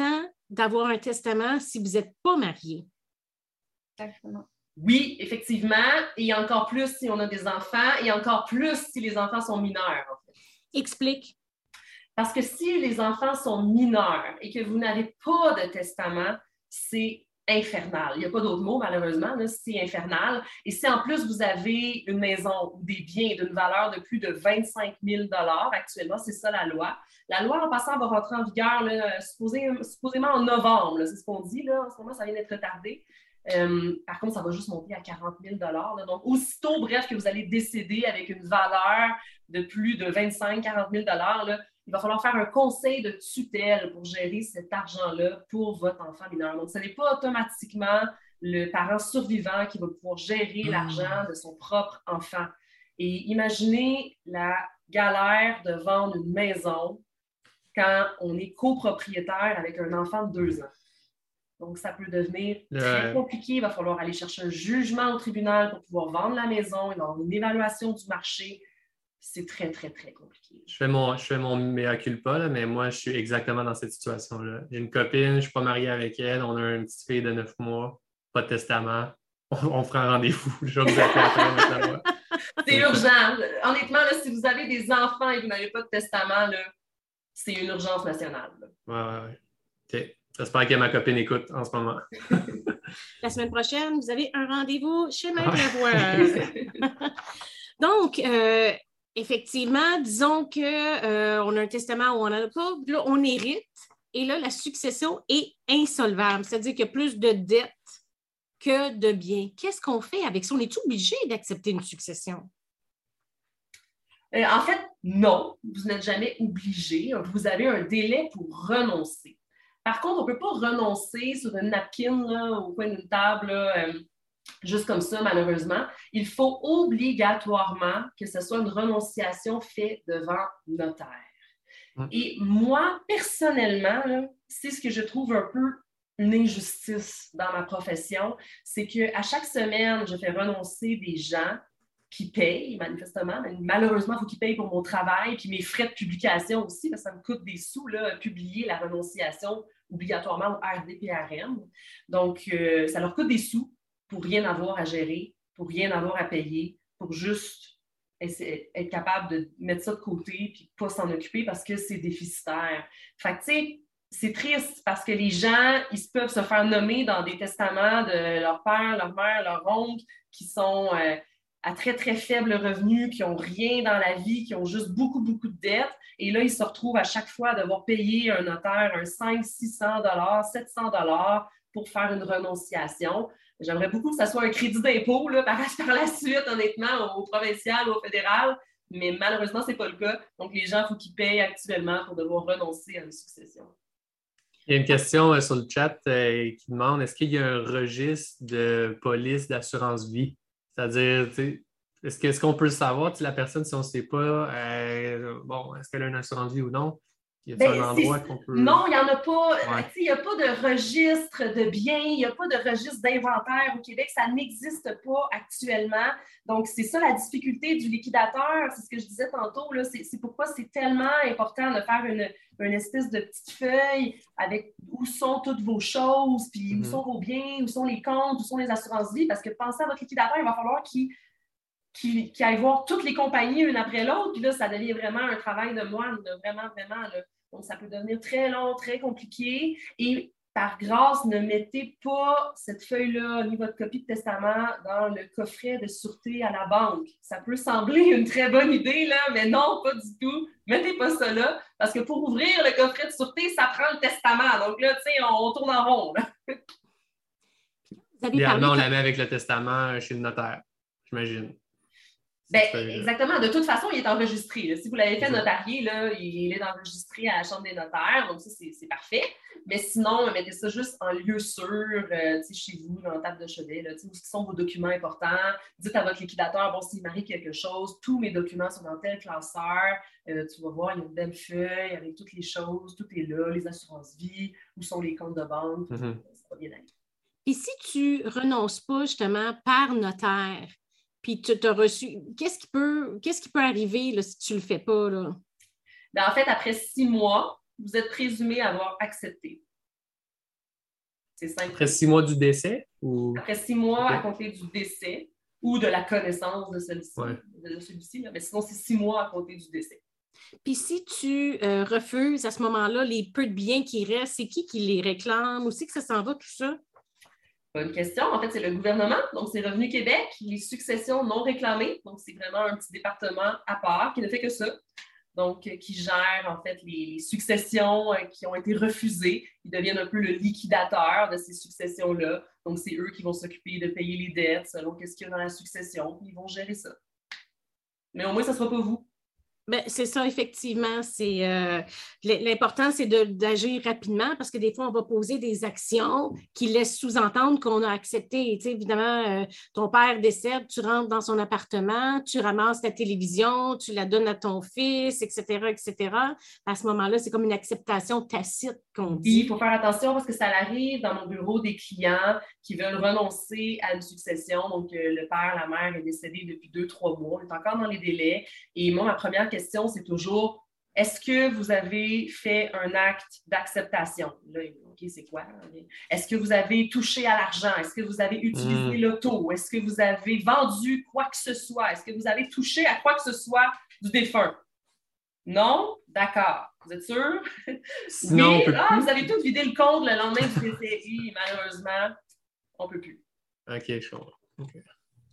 Speaker 2: d'avoir un testament si vous n'êtes pas marié.
Speaker 5: Exactement.
Speaker 4: Oui, effectivement, et encore plus si on a des enfants, et encore plus si les enfants sont mineurs. En fait.
Speaker 2: Explique.
Speaker 4: Parce que si les enfants sont mineurs et que vous n'avez pas de testament, c'est infernal. Il n'y a pas d'autre mot, malheureusement, là, c'est infernal. Et si en plus vous avez une maison ou des biens d'une valeur de plus de 25 000 actuellement, c'est ça la loi. La loi, en passant, va rentrer en vigueur là, supposément en novembre. Là, c'est ce qu'on dit. Là. En ce moment, ça vient d'être retardé. Par contre, ça va juste monter à 40 000 là. Donc, aussitôt, bref, que vous allez décéder avec une valeur de plus de 25-40 000 là, il va falloir faire un conseil de tutelle pour gérer cet argent-là pour votre enfant mineur. Donc, ce n'est pas automatiquement le parent survivant qui va pouvoir gérer l'argent de son propre enfant. Et imaginez la galère de vendre une maison quand on est copropriétaire avec un enfant de 2 ans. Donc, ça peut devenir très compliqué. Il va falloir aller chercher un jugement au tribunal pour pouvoir vendre la maison. Il va y avoir une évaluation du marché. C'est très, très, très compliqué.
Speaker 3: Je fais mon mea culpa, là, mais moi, je suis exactement dans cette situation-là. J'ai une copine, je ne suis pas marié avec elle, on a une petite fille de 9 mois, pas de testament. On fera un rendez-vous. Je vais vous appeler après.
Speaker 4: C'est urgent. Honnêtement, là, si vous avez des enfants et que vous n'avez pas de testament, là, c'est une urgence nationale.
Speaker 3: Oui. OK. J'espère que ma copine écoute en ce moment.
Speaker 2: La semaine prochaine, vous avez un rendez-vous chez Maître Lavoie. Donc, effectivement, disons qu'on a un testament ou on n'en a pas, là, on hérite, et là, la succession est insolvable, c'est-à-dire qu'il y a plus de dettes que de biens. Qu'est-ce qu'on fait avec ça? On est obligé d'accepter une succession?
Speaker 4: En fait, non, vous n'êtes jamais obligé. Vous avez un délai pour renoncer. Par contre, on ne peut pas renoncer sur une napkin là, au coin d'une table, là, juste comme ça, malheureusement. Il faut obligatoirement que ce soit une renonciation faite devant notaire. Et moi, personnellement, là, c'est ce que je trouve un peu une injustice dans ma profession, c'est qu'à chaque semaine, je fais renoncer des gens qui payent, manifestement. Mais malheureusement, il faut qu'ils payent pour mon travail, puis mes frais de publication aussi, parce que ça me coûte des sous, là, publier la renonciation obligatoirement au RDPRM. Donc, ça leur coûte des sous pour rien avoir à gérer, pour rien avoir à payer, pour juste être capable de mettre ça de côté puis pas s'en occuper parce que c'est déficitaire. Fait que, tu sais, c'est triste parce que les gens, ils peuvent se faire nommer dans des testaments de leur père, leur mère, leur oncle qui sont à très, très faible revenu, qui n'ont rien dans la vie, qui ont juste beaucoup, beaucoup de dettes. Et là, ils se retrouvent à chaque fois à devoir payer un notaire un 500, 600 $, 700 $ pour faire une renonciation. J'aimerais beaucoup que ça soit un crédit d'impôt là, par la suite, honnêtement, au provincial ou au fédéral, mais malheureusement, ce n'est pas le cas. Donc, les gens, il faut qu'ils payent actuellement pour devoir renoncer à une succession.
Speaker 3: Il y a une question sur le chat qui demande est-ce qu'il y a un registre de police d'assurance-vie? C'est-à-dire, est-ce qu'on peut le savoir, la personne, si on ne sait pas, est-ce qu'elle a une assurance-vie ou non? Y a-t-il un endroit qu'on peut...
Speaker 4: Non, il n'y en a pas.
Speaker 3: Ouais.
Speaker 4: Il n'y a pas de registre de biens, il n'y a pas de registre d'inventaire au Québec. Ça n'existe pas actuellement. Donc, c'est ça la difficulté du liquidateur. C'est ce que je disais tantôt. Là. C'est pourquoi c'est tellement important de faire une espèce de petite feuille avec où sont toutes vos choses, puis où sont vos biens, où sont les comptes, où sont les assurances-vie. Parce que pensez à votre liquidateur, il va falloir qu'il aille voir toutes les compagnies une après l'autre. Puis là, ça devient vraiment un travail de moine, vraiment, vraiment. Là. Donc, ça peut devenir très long, très compliqué. Et par grâce, ne mettez pas cette feuille-là ni votre copie de testament dans le coffret de sûreté à la banque. Ça peut sembler une très bonne idée, là, mais non, pas du tout. Mettez pas ça là, parce que pour ouvrir le coffret de sûreté, ça prend le testament. Donc là, tu sais, on tourne en rond.
Speaker 3: Idéalement, on la met avec le testament chez le notaire, j'imagine.
Speaker 4: Exactement. De toute façon, il est enregistré. Là. Si vous l'avez fait notarier, là, il est enregistré à la Chambre des notaires. Donc, ça, c'est parfait. Mais sinon, mettez ça juste en lieu sûr, chez vous, dans la table de chevet, là, où sont vos documents importants. Dites à votre liquidateur, bon, s'il m'arrive quelque chose, tous mes documents sont dans tel classeur. Tu vas voir, il y a une belle feuille avec toutes les choses. Tout est là, les assurances-vie, où sont les comptes de banque. Ça va bien aller.
Speaker 2: Et si tu renonces pas, justement, par notaire, puis tu as reçu, qu'est-ce qui peut arriver là, si tu ne le fais pas? Là?
Speaker 4: En fait, après 6 mois, vous êtes présumé avoir accepté. C'est simple.
Speaker 3: Après 6 mois du décès? Ou...
Speaker 4: Après 6 mois
Speaker 3: OK.
Speaker 4: à compter du décès ou de la connaissance de celui-ci.
Speaker 3: Ouais.
Speaker 4: De celui-ci là. Mais sinon, c'est 6 mois à compter du décès.
Speaker 2: Puis si tu refuses à ce moment-là les peu de biens qui restent, c'est qui les réclame? Où c'est que ça s'en va, tout ça?
Speaker 4: Bonne question. En fait, c'est le gouvernement, donc c'est Revenu Québec, les successions non réclamées. Donc, c'est vraiment un petit département à part qui ne fait que ça. Donc, qui gère en fait les successions qui ont été refusées. Ils deviennent un peu le liquidateur de ces successions-là. Donc, c'est eux qui vont s'occuper de payer les dettes selon ce qu'il y a dans la succession. Ils vont gérer ça. Mais au moins, ça ne sera pas vous.
Speaker 2: Bien, c'est ça, effectivement. L'important, c'est d'agir rapidement parce que des fois, on va poser des actions qui laissent sous-entendre qu'on a accepté. Tu sais, évidemment, ton père décède, tu rentres dans son appartement, tu ramasses ta télévision, tu la donnes à ton fils, etc., etc. À ce moment-là, c'est comme une acceptation tacite qu'on dit.
Speaker 4: Il faut faire attention parce que ça arrive dans mon bureau des clients qui veulent renoncer à une succession. Donc, le père, la mère est décédé depuis 2-3 mois. On est encore dans les délais. Et moi, ma première question, c'est toujours, est-ce que vous avez fait un acte d'acceptation? Là, OK, c'est quoi? Est-ce que vous avez touché à l'argent? Est-ce que vous avez utilisé l'auto? Est-ce que vous avez vendu quoi que ce soit? Est-ce que vous avez touché à quoi que ce soit du défunt? Non? D'accord. Vous êtes sûr?
Speaker 3: Sinon,
Speaker 4: oui?
Speaker 3: on peut
Speaker 4: Vous avez tout vidé le compte le lendemain du décès. Oui, malheureusement, on ne peut plus.
Speaker 3: OK, je comprends. Okay.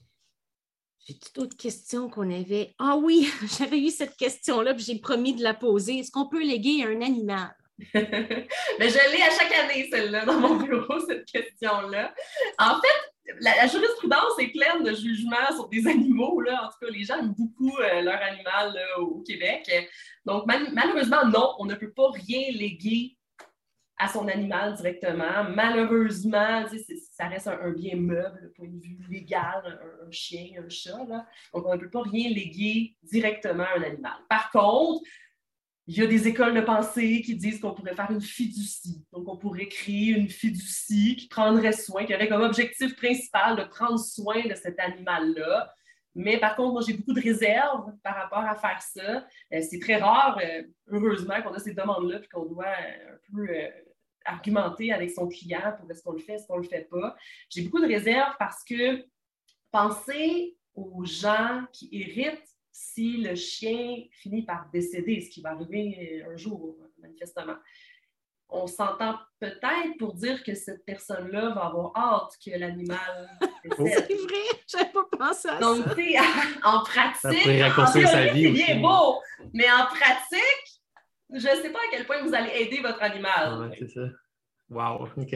Speaker 2: J'ai d'autres questions qu'on avait. Ah oui, j'avais eu cette question-là, puis j'ai promis de la poser. Est-ce qu'on peut léguer un animal?
Speaker 4: Mais je l'ai à chaque année, celle-là, dans mon bureau, cette question-là. En fait, la jurisprudence est pleine de jugements sur des animaux. Là. En tout cas, les gens aiment beaucoup leur animal là, au Québec. Donc, malheureusement, non, on ne peut pas rien léguer à son animal directement. Malheureusement, ça reste un bien meuble, du point de vue légal, un chien, un chat. Là. Donc, on ne peut pas rien léguer directement à un animal. Par contre, il y a des écoles de pensée qui disent qu'on pourrait faire une fiducie. Donc, on pourrait créer une fiducie qui prendrait soin, qui aurait comme objectif principal de prendre soin de cet animal-là. Mais par contre, moi, j'ai beaucoup de réserves par rapport à faire ça. C'est très rare, heureusement, qu'on a ces demandes-là et qu'on doit un peu argumenter avec son client pour est-ce qu'on le fait, est-ce qu'on ne le fait pas. J'ai beaucoup de réserves parce que pensez aux gens qui héritent si le chien finit par décéder, ce qui va arriver un jour, manifestement. On s'entend peut-être pour dire que cette personne-là va avoir hâte que l'animal décède.
Speaker 2: C'est vrai, je n'avais pas pensé à
Speaker 4: Donc,
Speaker 2: ça.
Speaker 4: tu sais, en pratique,
Speaker 3: en théorie,
Speaker 4: sa vie, c'est
Speaker 3: aussi.
Speaker 4: bien beau, mais en pratique, je ne sais pas à quel point vous allez aider votre animal.
Speaker 3: Ouais, c'est ça. Wow, OK.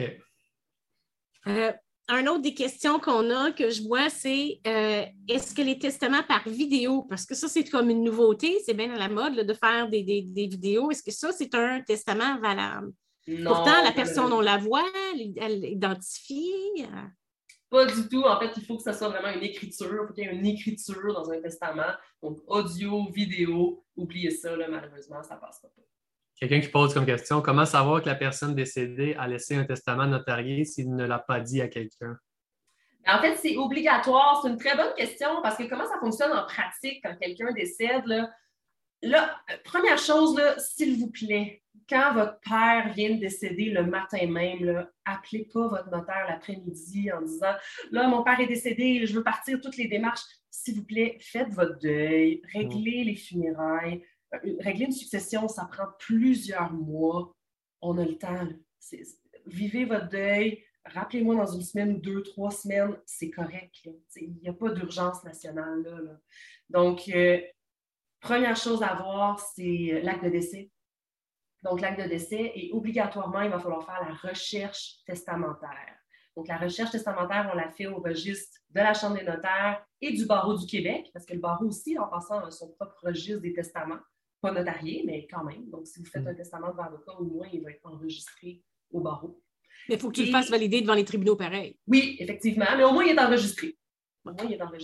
Speaker 2: Un autre des questions qu'on a, que je vois, c'est est-ce que les testaments par vidéo, parce que ça, c'est comme une nouveauté, c'est bien à la mode là, de faire des vidéos, est-ce que ça, c'est un testament valable?
Speaker 4: Non,
Speaker 2: pourtant, la personne, on la voit, elle l'identifie.
Speaker 4: Pas du tout. En fait, il faut que ça soit vraiment une écriture. Il faut qu'il y ait une écriture dans un testament. Donc, audio, vidéo, oubliez ça, là, malheureusement, ça ne passera pas.
Speaker 3: Quelqu'un qui pose comme question, comment savoir que la personne décédée a laissé un testament notarié s'il ne l'a pas dit à quelqu'un?
Speaker 4: En fait, c'est obligatoire. C'est une très bonne question parce que comment ça fonctionne en pratique quand quelqu'un décède? Là, première chose, là, s'il vous plaît, quand votre père vient de décéder le matin même, là, appelez pas votre notaire l'après-midi en disant « Là, mon père est décédé, je veux partir, toutes les démarches. » S'il vous plaît, faites votre deuil, réglez les funérailles. Régler une succession, ça prend plusieurs mois. On a le temps. Vivez votre deuil. Rappelez-moi dans une semaine, 2, 3 semaines, c'est correct. Il n'y a pas d'urgence nationale. Là. Donc, première chose à voir, c'est l'acte de décès. Donc, l'acte de décès, et obligatoirement, il va falloir faire la recherche testamentaire. Donc, la recherche testamentaire, on la fait au registre de la Chambre des notaires et du Barreau du Québec, parce que le Barreau aussi, en passant, a son propre registre des testaments. Pas notarié, mais quand même. Donc, si vous faites un testament devant l'avocat, au moins, il va être enregistré au barreau.
Speaker 2: Mais il faut que tu le fasses valider devant les tribunaux pareil.
Speaker 4: Oui, effectivement, mais au moins, il est enregistré. Donc,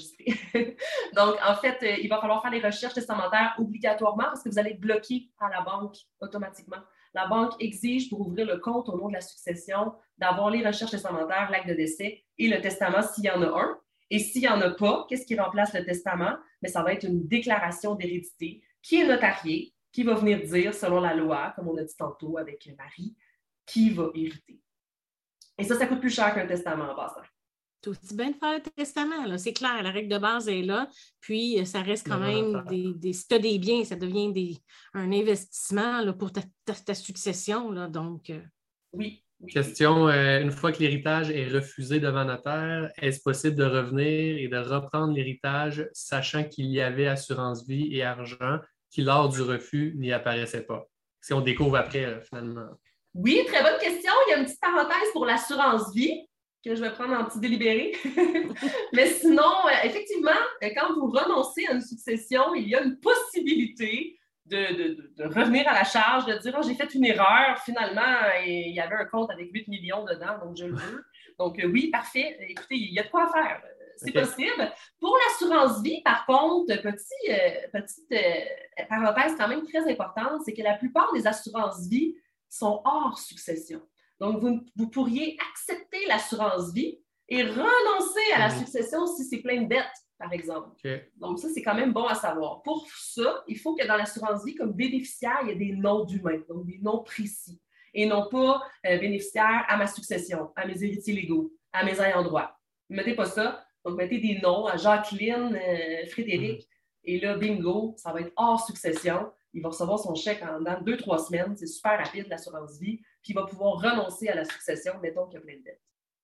Speaker 4: en fait, il va falloir faire les recherches testamentaires obligatoirement parce que vous allez être bloqué à la banque automatiquement. La banque exige pour ouvrir le compte au nom de la succession d'avoir les recherches testamentaires, l'acte de décès et le testament s'il y en a un. Et s'il n'y en a pas, qu'est-ce qui remplace le testament? Mais ça va être une déclaration d'hérédité qui est notarié, qui va venir dire, selon la loi, comme on a dit tantôt avec Marie, qui va hériter. Et ça coûte plus cher qu'un testament en passant.
Speaker 2: C'est aussi bien de faire le testament, là. C'est clair, la règle de base est là. Puis, ça reste quand même si tu as des biens, ça devient un investissement là, pour ta succession. Là. Donc,
Speaker 4: Oui.
Speaker 3: Question, une fois que l'héritage est refusé devant notaire, est-ce possible de revenir et de reprendre l'héritage, sachant qu'il y avait assurance vie et argent qui, lors du refus, n'y apparaissait pas? Si on découvre après, finalement.
Speaker 4: Oui, très bonne question. Il y a une petite parenthèse pour l'assurance vie que je vais prendre en petit délibéré. Mais sinon, effectivement, quand vous renoncez à une succession, il y a une possibilité de revenir à la charge, de dire « j'ai fait une erreur, finalement, il y avait un compte avec 8 millions dedans, donc je le veux. » Donc oui, parfait. Écoutez, il y a de quoi faire. C'est possible. Pour l'assurance vie, par contre, petite parenthèse quand même très importante, c'est que la plupart des assurances vie sont hors succession. Donc, vous pourriez accepter l'assurance vie et renoncer à la succession si c'est plein de dettes, par exemple.
Speaker 3: Okay.
Speaker 4: Donc, ça, c'est quand même bon à savoir. Pour ça, il faut que dans l'assurance vie, comme bénéficiaire, il y ait des noms d'humains, donc des noms précis, et non pas bénéficiaire à ma succession, à mes héritiers légaux, à mes ayants droit. Ne mettez pas ça. Donc, mettez des noms à Jacqueline, Frédéric, et là, bingo, ça va être hors succession. Il va recevoir son chèque dans 2-3 semaines. C'est super rapide, l'assurance vie. Puis il va pouvoir renoncer à la succession, mettons qu'il y a plein de dettes.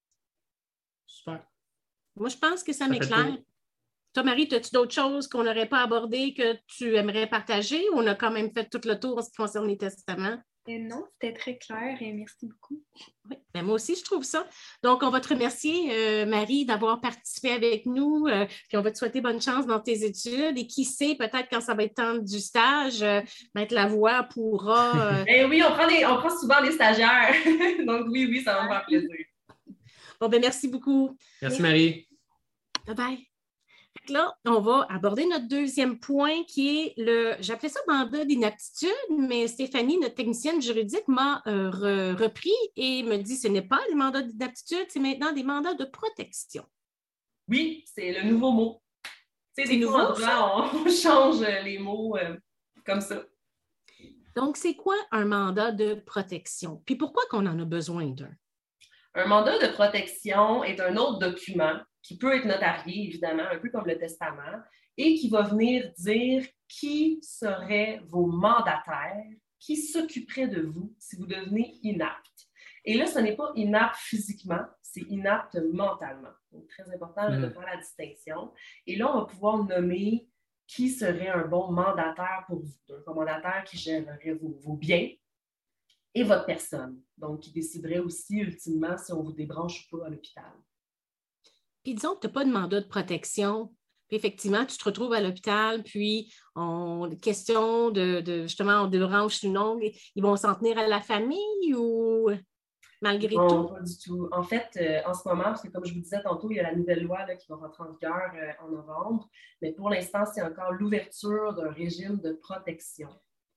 Speaker 3: Super.
Speaker 2: Moi, je pense que ça m'éclaire. Toi, Marie, as-tu d'autres choses qu'on n'aurait pas abordées que tu aimerais partager ou on a quand même fait tout le tour en ce qui concerne les testaments?
Speaker 5: Non, c'était très clair et merci beaucoup.
Speaker 2: Oui, ben moi aussi, je trouve ça. Donc, on va te remercier, Marie, d'avoir participé avec nous. Puis on va te souhaiter bonne chance dans tes études. Et qui sait, peut-être quand ça va être temps du stage, Maître Lavoie pourra...
Speaker 4: Ben oui, on prend souvent les stagiaires. Donc oui, ça va me faire plaisir.
Speaker 2: Bon, ben merci beaucoup.
Speaker 3: Merci, Marie.
Speaker 2: Bye-bye. Là, on va aborder notre deuxième point qui est j'appelais ça mandat d'inaptitude, mais Stéphanie, notre technicienne juridique, m'a repris et me dit que ce n'est pas des mandats d'inaptitude, c'est maintenant des mandats de protection.
Speaker 4: Oui, c'est le nouveau mot. Tu sais, des fois, on change les mots comme ça.
Speaker 2: Donc, c'est quoi un mandat de protection? Puis pourquoi qu'on en a besoin d'un?
Speaker 4: Un mandat de protection est un autre document qui peut être notarié, évidemment, un peu comme le testament, et qui va venir dire qui seraient vos mandataires, qui s'occuperaient de vous si vous devenez inapte. Et là, ce n'est pas inapte physiquement, c'est inapte mentalement. Donc, très important de faire la distinction. Et là, on va pouvoir nommer qui serait un bon mandataire pour vous, un mandataire qui gérerait vos biens et votre personne. Donc, qui déciderait aussi, ultimement, si on vous débranche ou pas à l'hôpital.
Speaker 2: Puis disons que tu n'as pas de mandat de protection, puis effectivement, tu te retrouves à l'hôpital, puis question justement, on débranche une ongle, ils vont s'en tenir à la famille ou malgré
Speaker 4: non,
Speaker 2: tout?
Speaker 4: Pas du tout. En fait, en ce moment, parce que comme je vous disais tantôt, il y a la nouvelle loi là, qui va rentrer en vigueur en novembre, mais pour l'instant, c'est encore l'ouverture d'un régime de protection.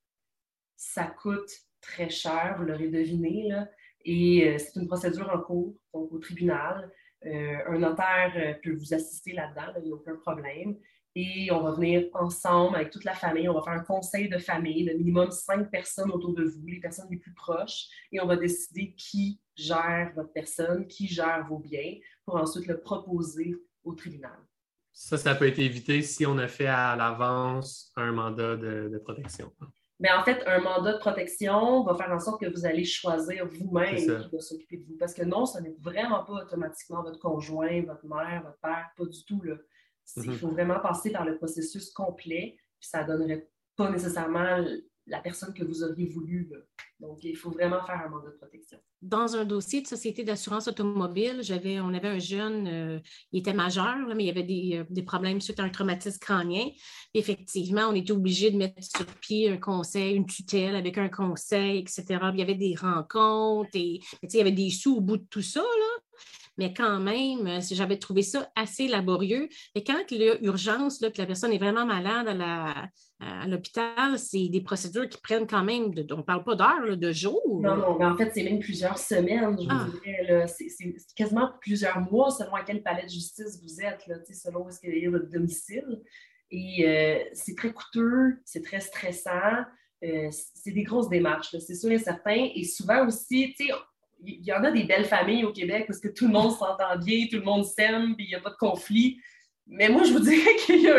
Speaker 4: Ça coûte très cher, vous l'aurez deviné, là, et c'est une procédure en cours, donc au tribunal. Un notaire peut vous assister là-dedans, il n'y a aucun problème. Et on va venir ensemble avec toute la famille, on va faire un conseil de famille, de minimum 5 personnes autour de vous, les personnes les plus proches, et on va décider qui gère votre personne, qui gère vos biens, pour ensuite le proposer au tribunal.
Speaker 3: Ça peut être évité si on a fait à l'avance un mandat de protection.
Speaker 4: Mais en fait, un mandat de protection va faire en sorte que vous allez choisir vous-même qui va s'occuper de vous. Parce que non, ce n'est vraiment pas automatiquement votre conjoint, votre mère, votre père, pas du tout. Là. Il faut vraiment passer par le processus complet, puis ça ne donnerait pas nécessairement la personne que vous auriez voulu. Là. Donc, il faut vraiment faire un mandat de protection.
Speaker 2: Dans un dossier de société d'assurance automobile, on avait un jeune, il était majeur, là, mais il y avait des problèmes suite à un traumatisme crânien. Effectivement, on était obligé de mettre sur pied un conseil, une tutelle avec un conseil, etc. Il y avait des rencontres et il y avait des sous au bout de tout ça, là. Mais quand même, j'avais trouvé ça assez laborieux. Et quand il y a urgence, là, que la personne est vraiment malade à l'hôpital, c'est des procédures qui prennent quand même, on ne parle pas d'heures, là, de jours.
Speaker 4: Non, mais en fait, c'est même plusieurs semaines, je vous dirais. Là, c'est quasiment plusieurs mois selon à quel palais de justice vous êtes, là, selon où est-ce qu'il y a votre domicile. Et c'est très coûteux, c'est très stressant. C'est des grosses démarches, là, c'est sûr et certain. Et souvent aussi, il y en a des belles familles au Québec parce que tout le monde s'entend bien, tout le monde s'aime, puis il n'y a pas de conflit. Mais moi, je vous dirais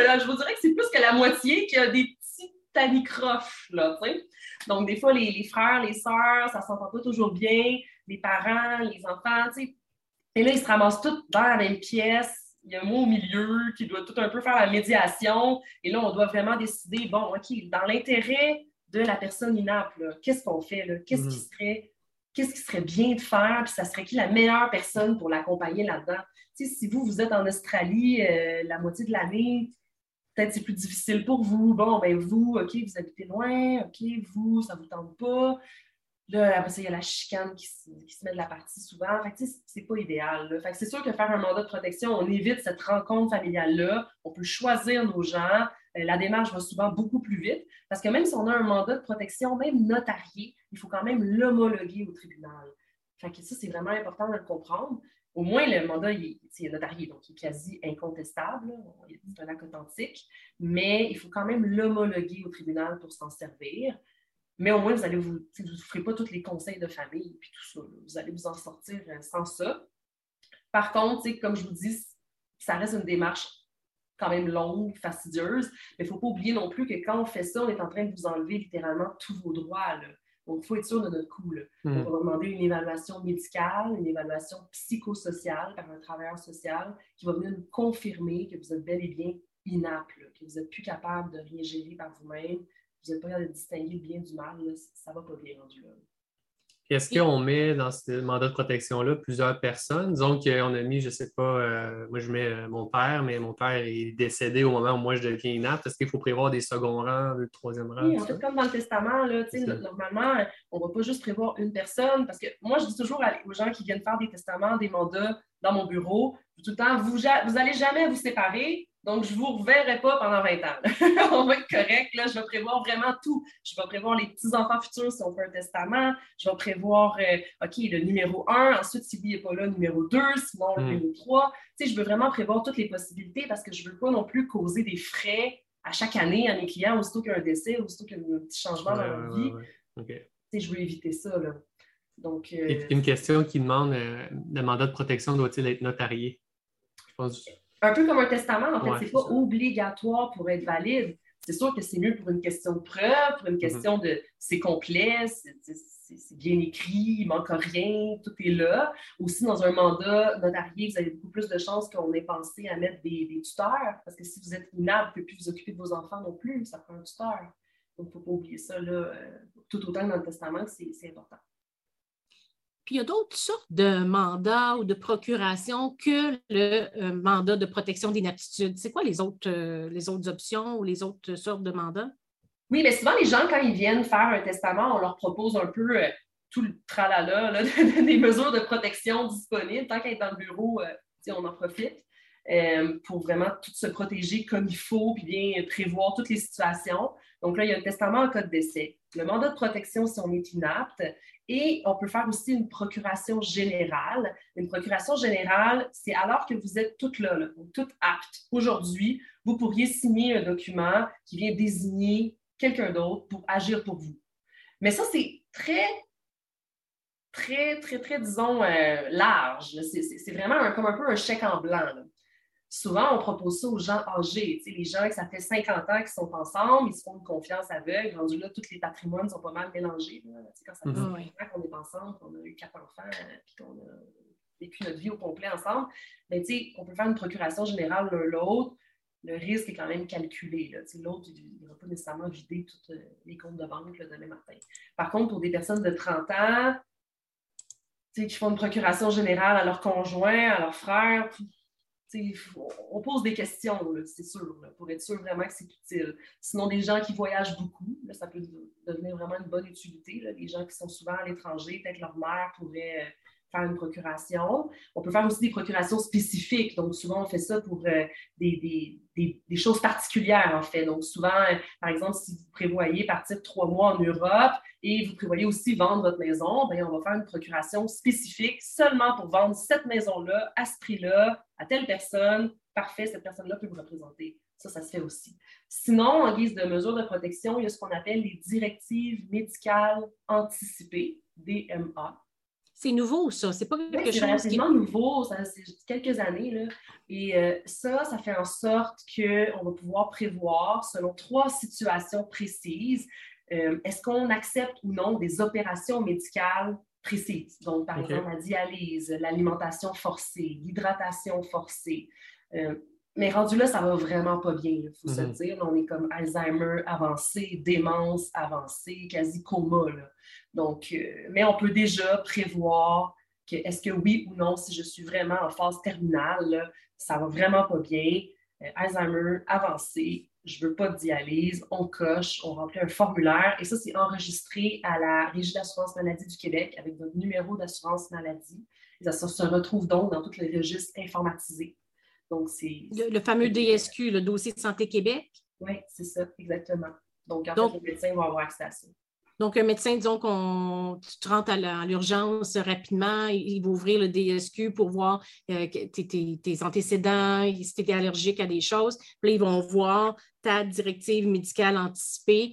Speaker 4: que c'est plus que la moitié qui a des petits tanicroches, là, tu sais. Donc, des fois, les frères, les sœurs, ça ne s'entend pas toujours bien, les parents, les enfants, tu sais. Et là, ils se ramassent tous dans la même pièce. Il y a moi au milieu qui doit tout un peu faire la médiation. Et là, on doit vraiment décider, bon, OK, dans l'intérêt de la personne inapte, là, qu'est-ce qu'on fait, là? Qu'est-ce qui serait bien de faire? Puis ça serait qui la meilleure personne pour l'accompagner là-dedans? Tu sais, si vous êtes en Australie la moitié de l'année, peut-être c'est plus difficile pour vous. Bon, ben vous, OK, vous habitez loin. OK, vous, ça ne vous tente pas. Là, après ça, il y a la chicane qui se met de la partie souvent. Fait que, tu sais, c'est pas idéal, là. Fait que c'est sûr que faire un mandat de protection, on évite cette rencontre familiale-là. On peut choisir nos gens. La démarche va souvent beaucoup plus vite. Parce que même si on a un mandat de protection, même notarié, il faut quand même l'homologuer au tribunal. Fait que ça, c'est vraiment important de le comprendre. Au moins, le mandat, il est notarié, donc il est quasi incontestable. C'est un acte authentique. Mais il faut quand même l'homologuer au tribunal pour s'en servir. Mais au moins, vous ne ferez pas tous les conseils de famille et tout ça. Là. Vous allez vous en sortir sans ça. Par contre, comme je vous dis, ça reste une démarche quand même longue, fastidieuse, mais il ne faut pas oublier non plus que quand on fait ça, on est en train de vous enlever littéralement tous vos droits, là. Donc, il faut être sûr de notre coup, là. Donc, on va demander une évaluation médicale, une évaluation psychosociale par un travailleur social qui va venir nous confirmer que vous êtes bel et bien inapte, là, que vous n'êtes plus capable de rien gérer par vous-même. Vous n'êtes pas capable de distinguer le bien du mal, là, ça ne va pas bien rendu là.
Speaker 3: Est-ce qu'on met dans ce mandat de protection-là plusieurs personnes? Disons qu'on a mis, je ne sais pas, moi je mets mon père, mais mon père est décédé au moment où moi je deviens inapte. Est-ce qu'il faut prévoir des seconds rangs, des troisième rangs?
Speaker 4: Oui, en fait, comme dans le testament, là, normalement, on ne va pas juste prévoir une personne, parce que moi, je dis toujours aux gens qui viennent faire des testaments, des mandats dans mon bureau, tout le temps, vous n'allez jamais vous séparer, donc je ne vous reverrai pas pendant 20 ans. On va être correct, là, je vais prévoir vraiment tout. Je vais prévoir les petits-enfants futurs si on fait un testament, je vais prévoir, OK, le numéro 1, ensuite, si lui n'est pas là, numéro 2, sinon le numéro 3. Tu sais, je veux vraiment prévoir toutes les possibilités parce que je ne veux pas non plus causer des frais à chaque année à mes clients, aussitôt qu'il y a un décès, aussitôt qu'il y a un petit changement dans leur vie.
Speaker 3: Okay.
Speaker 4: Je veux éviter ça, là. Donc,
Speaker 3: une question qui demande, le mandat de protection doit-il être notarié? Je pense...
Speaker 4: Un peu comme un testament, en fait, c'est pas obligatoire pour être valide. C'est sûr que c'est mieux pour une question de preuve, pour une question de c'est complet, c'est bien écrit, il manque rien, tout est là. Aussi, dans un mandat notarié, vous avez beaucoup plus de chances qu'on ait pensé à mettre des tuteurs, parce que si vous êtes inapte, vous ne pouvez plus vous occuper de vos enfants non plus, ça prend un tuteur. Donc, il ne faut pas oublier ça, là, tout autant que dans le testament, c'est important.
Speaker 2: Puis il y a d'autres sortes de mandats ou de procurations que le mandat de protection d'inaptitude. C'est quoi les autres options ou les autres sortes de mandats?
Speaker 4: Oui, mais souvent, les gens, quand ils viennent faire un testament, on leur propose un peu tout le tralala là, des mesures de protection disponibles. Tant qu'à être dans le bureau, on en profite pour vraiment tout se protéger comme il faut, puis bien prévoir toutes les situations. Donc là, il y a un testament en cas de décès. Le mandat de protection si on est inapte. Et on peut faire aussi une procuration générale. Une procuration générale, c'est alors que vous êtes toutes là, toutes aptes. Aujourd'hui, vous pourriez signer un document qui vient désigner quelqu'un d'autre pour agir pour vous. Mais ça, c'est très, disons, large. C'est vraiment comme un peu un chèque en blanc, là. Souvent, on propose ça aux gens âgés, les gens que ça fait 50 ans qu'ils sont ensemble, ils se font une confiance aveugle. Rendu là, tous les patrimoines sont pas mal mélangés. Là. Quand ça fait 50 ans qu'on est ensemble, qu'on a eu 4 enfants, puis qu'on a vécu notre vie au complet ensemble, bien, on peut faire une procuration générale l'un l'autre. Le risque est quand même calculé. L'autre, il n'aura pas nécessairement vidé tous les comptes de banque là, demain matin. Par contre, pour des personnes de 30 ans, qui font une procuration générale à leur conjoint, à leur frère, on pose des questions, là, c'est sûr, là, pour être sûr vraiment que c'est utile. Sinon, des gens qui voyagent beaucoup, là, ça peut devenir vraiment une bonne utilité. Là. Les gens qui sont souvent à l'étranger, peut-être leur mère pourrait faire une procuration. On peut faire aussi des procurations spécifiques. Donc, souvent, on fait ça pour des choses particulières, en fait. Donc, souvent, par exemple, si vous prévoyez partir 3 mois en Europe et vous prévoyez aussi vendre votre maison, bien, on va faire une procuration spécifique seulement pour vendre cette maison-là, à ce prix-là, à telle personne. Parfait, cette personne-là peut vous représenter. Ça se fait aussi. Sinon, en guise de mesure de protection, il y a ce qu'on appelle les directives médicales anticipées, DMA.
Speaker 2: C'est nouveau, ça. C'est pas
Speaker 4: Oui,
Speaker 2: quelque
Speaker 4: c'est
Speaker 2: chose qui est...
Speaker 4: relativement nouveau, c'est quelques années, là. Et ça fait en sorte qu'on va pouvoir prévoir, selon 3 situations précises, est-ce qu'on accepte ou non des opérations médicales précises. Donc, par exemple, la dialyse, l'alimentation forcée, l'hydratation forcée. Mais rendu là, ça va vraiment pas bien, il faut se dire. On est comme Alzheimer avancé, démence avancée, quasi coma, là. Donc, mais on peut déjà prévoir que est-ce que oui ou non, si je suis vraiment en phase terminale, là, ça va vraiment pas bien, Alzheimer avancé, je veux pas de dialyse, on coche, on remplit un formulaire et ça, c'est enregistré à la Régie d'assurance maladie du Québec avec votre numéro d'assurance maladie. Et ça se retrouve donc dans tous les registres informatisés. Donc, c'est...
Speaker 2: Le fameux DSQ, le Dossier de santé Québec?
Speaker 4: Oui, c'est ça, exactement. Donc, en fait, les médecins vont avoir accès à ça.
Speaker 2: Donc, un médecin, disons tu te rentres à l'urgence rapidement, il va ouvrir le DSQ pour voir tes antécédents, si tu es allergique à des choses. Puis là, ils vont voir ta directive médicale anticipée.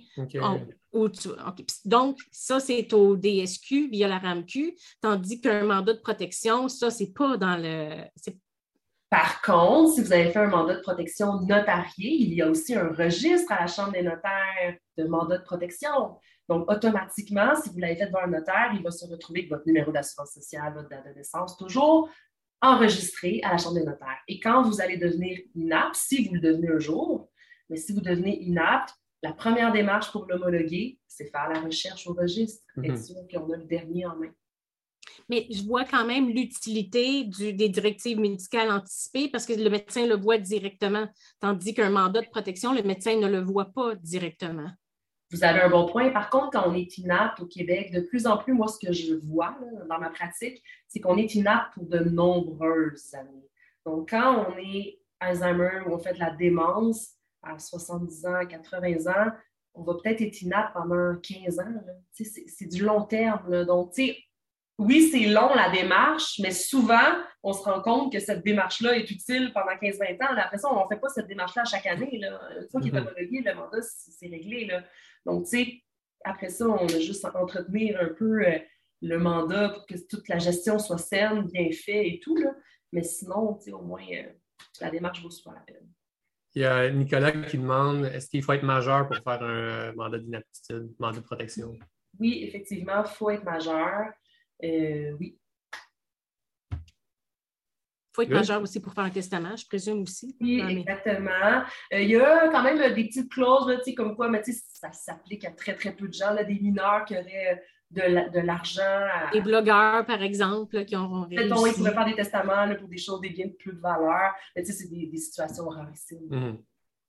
Speaker 2: Donc, ça, c'est au DSQ via la RAMQ, tandis qu'un mandat de protection, ça, c'est pas dans le...
Speaker 4: Par contre, si vous avez fait un mandat de protection notarié, il y a aussi un registre à la Chambre des notaires de mandat de protection. Donc, automatiquement, si vous l'avez fait devant un notaire, il va se retrouver avec votre numéro d'assurance sociale, votre date de naissance, toujours enregistré à la Chambre des notaires. Et quand vous allez devenir inapte, si vous le devenez un jour, mais si vous devenez inapte, la première démarche pour l'homologuer, c'est faire la recherche au registre, être sûr qu'on a le dernier en main.
Speaker 2: Mais je vois quand même l'utilité des directives médicales anticipées parce que le médecin le voit directement, tandis qu'un mandat de protection, le médecin ne le voit pas directement.
Speaker 4: Vous avez un bon point. Par contre, quand on est inapte au Québec, de plus en plus, moi, ce que je vois là, dans ma pratique, c'est qu'on est inapte pour de nombreuses années. Donc, quand on est Alzheimer ou on fait de la démence à 70 ans, 80 ans, on va peut-être être inapte pendant 15 ans. C'est du long terme. Là. Donc, oui, c'est long la démarche, mais souvent, on se rend compte que cette démarche-là est utile pendant 15-20 ans. Après ça, on ne fait pas cette démarche-là à chaque année. Là. Une fois qu'il est homologué, le mandat, c'est réglé. Là. Donc, après ça, on a juste à entretenir un peu le mandat pour que toute la gestion soit saine, bien faite et tout. Là. Mais sinon, au moins, la démarche vaut super la peine.
Speaker 3: Il y a Nicolas qui demande, est-ce qu'il faut être majeur pour faire un mandat d'inaptitude, mandat de protection?
Speaker 4: Oui, effectivement, il faut être majeur. Oui.
Speaker 2: Il faut être majeur aussi pour faire un testament, je présume aussi.
Speaker 4: Oui, exactement. Il y a quand même des petites clauses, là, comme quoi, mais ça s'applique à très, très peu de gens, là, des mineurs qui auraient de l'argent.
Speaker 2: Des blogueurs, par exemple, qui ont réussi.
Speaker 4: Peut-être, ils pourraient faire des testaments là, pour des choses, des biens de plus de valeur. Mais c'est des situations rarissimes.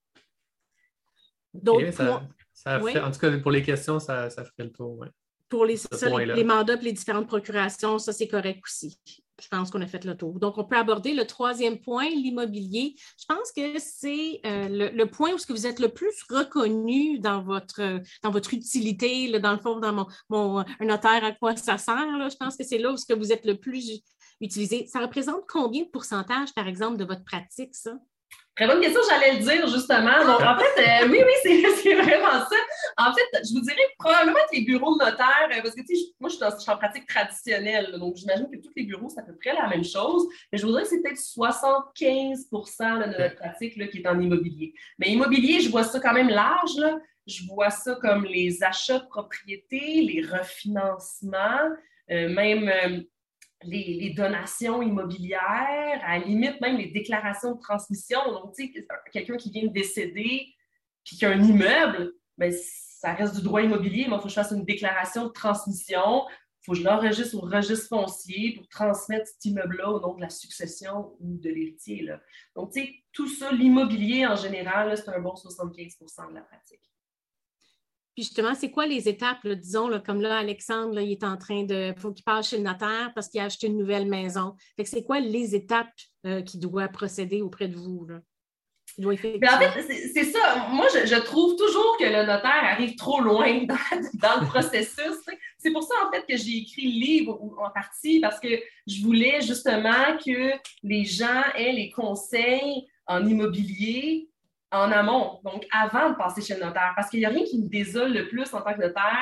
Speaker 2: Donc,
Speaker 3: fait, en tout cas, pour les questions, ça ferait le tour. Ouais.
Speaker 2: Pour les mandats et les différentes procurations, ça, c'est correct aussi. Je pense qu'on a fait le tour. Donc, on peut aborder le 3e point, l'immobilier. Je pense que c'est le point où vous êtes le plus reconnu dans votre utilité, là, dans le fond, dans un notaire, à quoi ça sert. Là. Je pense que c'est là où vous êtes le plus utilisé. Ça représente combien de pourcentage, par exemple, de votre pratique, ça?
Speaker 4: Très bonne question, j'allais le dire justement. Donc, en fait, oui, c'est vraiment ça. En fait, je vous dirais probablement que les bureaux de notaire, parce que, moi, je suis en pratique traditionnelle, donc j'imagine que tous les bureaux, c'est à peu près la même chose, mais je vous dirais que c'est peut-être 75% de notre pratique là, qui est en immobilier. Mais immobilier, je vois ça quand même large, là. Je vois ça comme les achats de propriété, les refinancements, même... les donations immobilières, à la limite même les déclarations de transmission. Donc, tu sais, quelqu'un qui vient de décéder puis qui a un immeuble, bien, ça reste du droit immobilier, mais il faut que je fasse une déclaration de transmission, il faut que je l'enregistre au registre foncier pour transmettre cet immeuble-là au nom de la succession ou de l'héritier. Là. Donc, tu sais, tout ça, l'immobilier en général, là, c'est un bon 75% de la pratique.
Speaker 2: Puis justement, c'est quoi les étapes, là, disons, là, comme là, Alexandre, là, il est en train de... Il faut qu'il passe chez le notaire parce qu'il a acheté une nouvelle maison. Fait que c'est quoi les étapes qu'il doit procéder auprès de vous? Là? Il doit
Speaker 4: Mais en fait, c'est ça. Moi, je trouve toujours que le notaire arrive trop loin dans le processus. C'est pour ça, en fait, que j'ai écrit le livre en partie, parce que je voulais justement que les gens aient les conseils en immobilier en amont, donc avant de passer chez le notaire. Parce qu'il n'y a rien qui me désole le plus en tant que notaire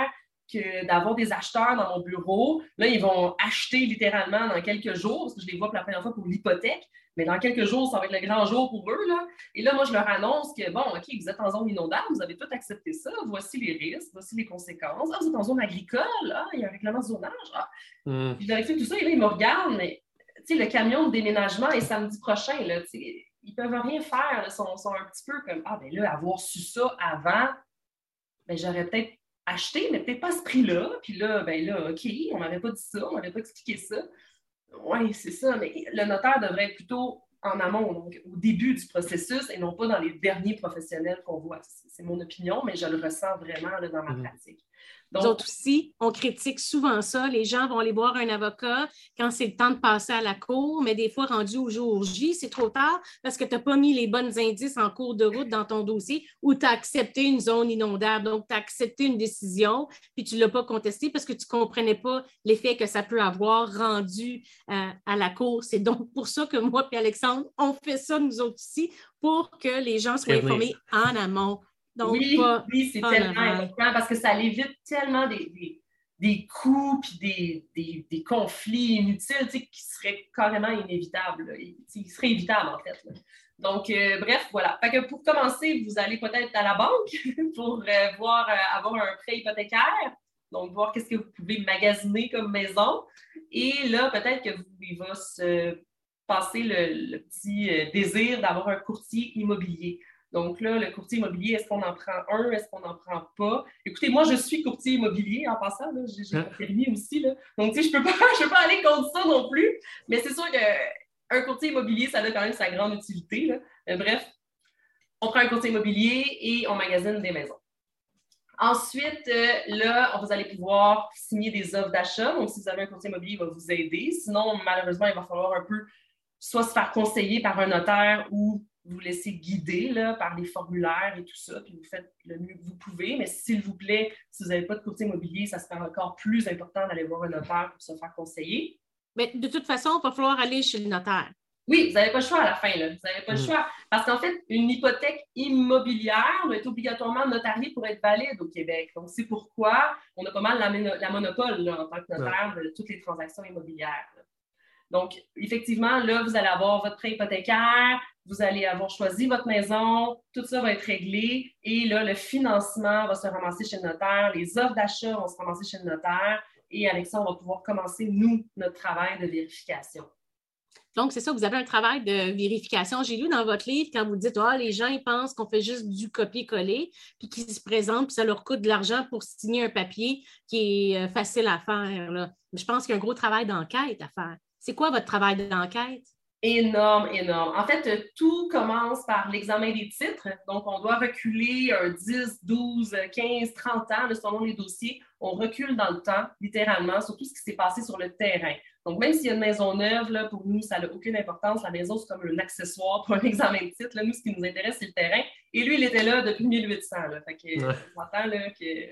Speaker 4: que d'avoir des acheteurs dans mon bureau. Là, ils vont acheter littéralement dans quelques jours, parce que je les vois pour la première fois pour l'hypothèque, mais dans quelques jours, ça va être le grand jour pour eux, là. Et là, moi, je leur annonce que, bon, OK, vous êtes en zone inondable, vous avez tout accepté ça, voici les risques, voici les conséquences. Ah, vous êtes en zone agricole, ah, il y a un règlement de zonage. Ah. Puis je leur explique tout ça, et là, ils me regardent, mais, tu sais, le camion de déménagement est samedi prochain, là, tu sais, ils ne peuvent rien faire, là, sont un petit peu comme, ah, ben là, avoir su ça avant, ben j'aurais peut-être acheté, mais peut-être pas à ce prix-là. Puis là, ben là, OK, on n'avait pas dit ça, on n'avait pas expliqué ça. Oui, c'est ça, mais le notaire devrait être plutôt en amont, donc au début du processus et non pas dans les derniers professionnels qu'on voit. C'est mon opinion, mais je le ressens vraiment là, dans ma pratique. Donc,
Speaker 2: nous autres aussi, on critique souvent ça. Les gens vont aller voir un avocat quand c'est le temps de passer à la cour, mais des fois, rendu au jour J, c'est trop tard parce que tu n'as pas mis les bons indices en cours de route dans ton dossier ou tu as accepté une zone inondable. Donc, tu as accepté une décision, puis tu ne l'as pas contestée parce que tu ne comprenais pas l'effet que ça peut avoir rendu à la cour. C'est donc pour ça que moi et Alexandre, on fait ça nous autres aussi pour que les gens soient informés en amont. Donc,
Speaker 4: oui, c'est tellement important parce que ça évite tellement des coûts puis des conflits inutiles qui seraient carrément inévitables. Ils seraient évitables, en fait. Là. Donc, bref, voilà. Fait que pour commencer, vous allez peut-être à la banque pour avoir un prêt hypothécaire. Donc, voir qu'est-ce que vous pouvez magasiner comme maison. Et là, peut-être qu'il va se passer le petit désir d'avoir un courtier immobilier. Donc là, le courtier immobilier, est-ce qu'on en prend un? Est-ce qu'on n'en prend pas? Écoutez, moi, je suis courtier immobilier en passant. J'ai mon permis aussi. Là. Donc, tu sais, je peux pas aller contre ça non plus. Mais c'est sûr qu'un courtier immobilier, ça a quand même sa grande utilité. Là. Bref, on prend un courtier immobilier et on magasine des maisons. Ensuite, là, vous allez pouvoir signer des offres d'achat. Donc, si vous avez un courtier immobilier, il va vous aider. Sinon, malheureusement, il va falloir un peu soit se faire conseiller par un notaire ou vous laissez guider là, par les formulaires et tout ça, puis vous faites le mieux que vous pouvez. Mais s'il vous plaît, si vous n'avez pas de courtier immobilier, ça serait encore plus important d'aller voir un notaire pour se faire conseiller.
Speaker 2: Mais de toute façon, il va falloir aller chez le notaire.
Speaker 4: Oui, vous n'avez pas le choix à la fin. Là. Vous n'avez pas le choix. Parce qu'en fait, une hypothèque immobilière doit être obligatoirement notariée pour être valide au Québec. Donc, c'est pourquoi on a pas mal la monopole là, en tant que notaire de toutes les transactions immobilières. Là. Donc, effectivement, là, vous allez avoir votre prêt hypothécaire, vous allez avoir choisi votre maison, tout ça va être réglé et là, le financement va se ramasser chez le notaire, les offres d'achat vont se ramasser chez le notaire et avec ça, on va pouvoir commencer, nous, notre travail de vérification.
Speaker 2: Donc, c'est ça, vous avez un travail de vérification. J'ai lu dans votre livre, quand vous dites, les gens, ils pensent qu'on fait juste du copier-coller, puis qu'ils se présentent, puis ça leur coûte de l'argent pour signer un papier qui est facile à faire. Là. Mais je pense qu'il y a un gros travail d'enquête à faire. C'est quoi votre travail d'enquête?
Speaker 4: Énorme, énorme. En fait, tout commence par l'examen des titres. Donc, on doit reculer un 10, 12, 15, 30 ans, selon les dossiers. On recule dans le temps, littéralement, sur tout ce qui s'est passé sur le terrain. Donc, même s'il y a une maison neuve, là, pour nous, ça n'a aucune importance. La maison, c'est comme un accessoire pour un examen de titre. Là, nous, ce qui nous intéresse, c'est le terrain. Et lui, il était là depuis 1800. Là. Fait que, on entend là,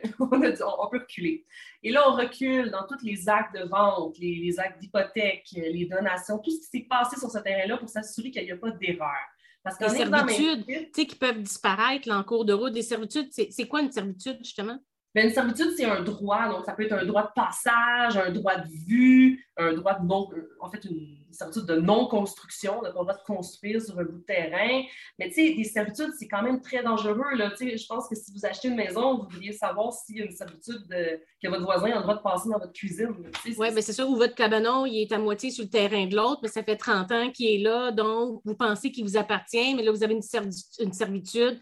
Speaker 4: qu'on peut reculer. Et là, on recule dans tous les actes de vente, les actes d'hypothèque, les donations, tout ce qui s'est passé sur ce terrain-là pour s'assurer qu'il n'y a pas d'erreur.
Speaker 2: Parce qu'en servitudes, tu sais, qui peuvent disparaître là, en cours de route, des servitudes, c'est quoi une servitude, justement?
Speaker 4: Bien, une servitude, c'est un droit. Donc, ça peut être un droit de passage, un droit de vue, un droit de non... En fait, une servitude de non-construction. On n'a pas le droit de construire sur un bout de terrain. Mais tu sais, des servitudes, c'est quand même très dangereux. Là. Tu sais, je pense que si vous achetez une maison, vous devriez savoir s'il y a une servitude que votre voisin a le droit de passer dans votre cuisine.
Speaker 2: Oui, mais c'est sûr, où votre cabanon, il est à moitié sur le terrain de l'autre, mais ça fait 30 ans qu'il est là. Donc, vous pensez qu'il vous appartient, mais là, vous avez une servitude.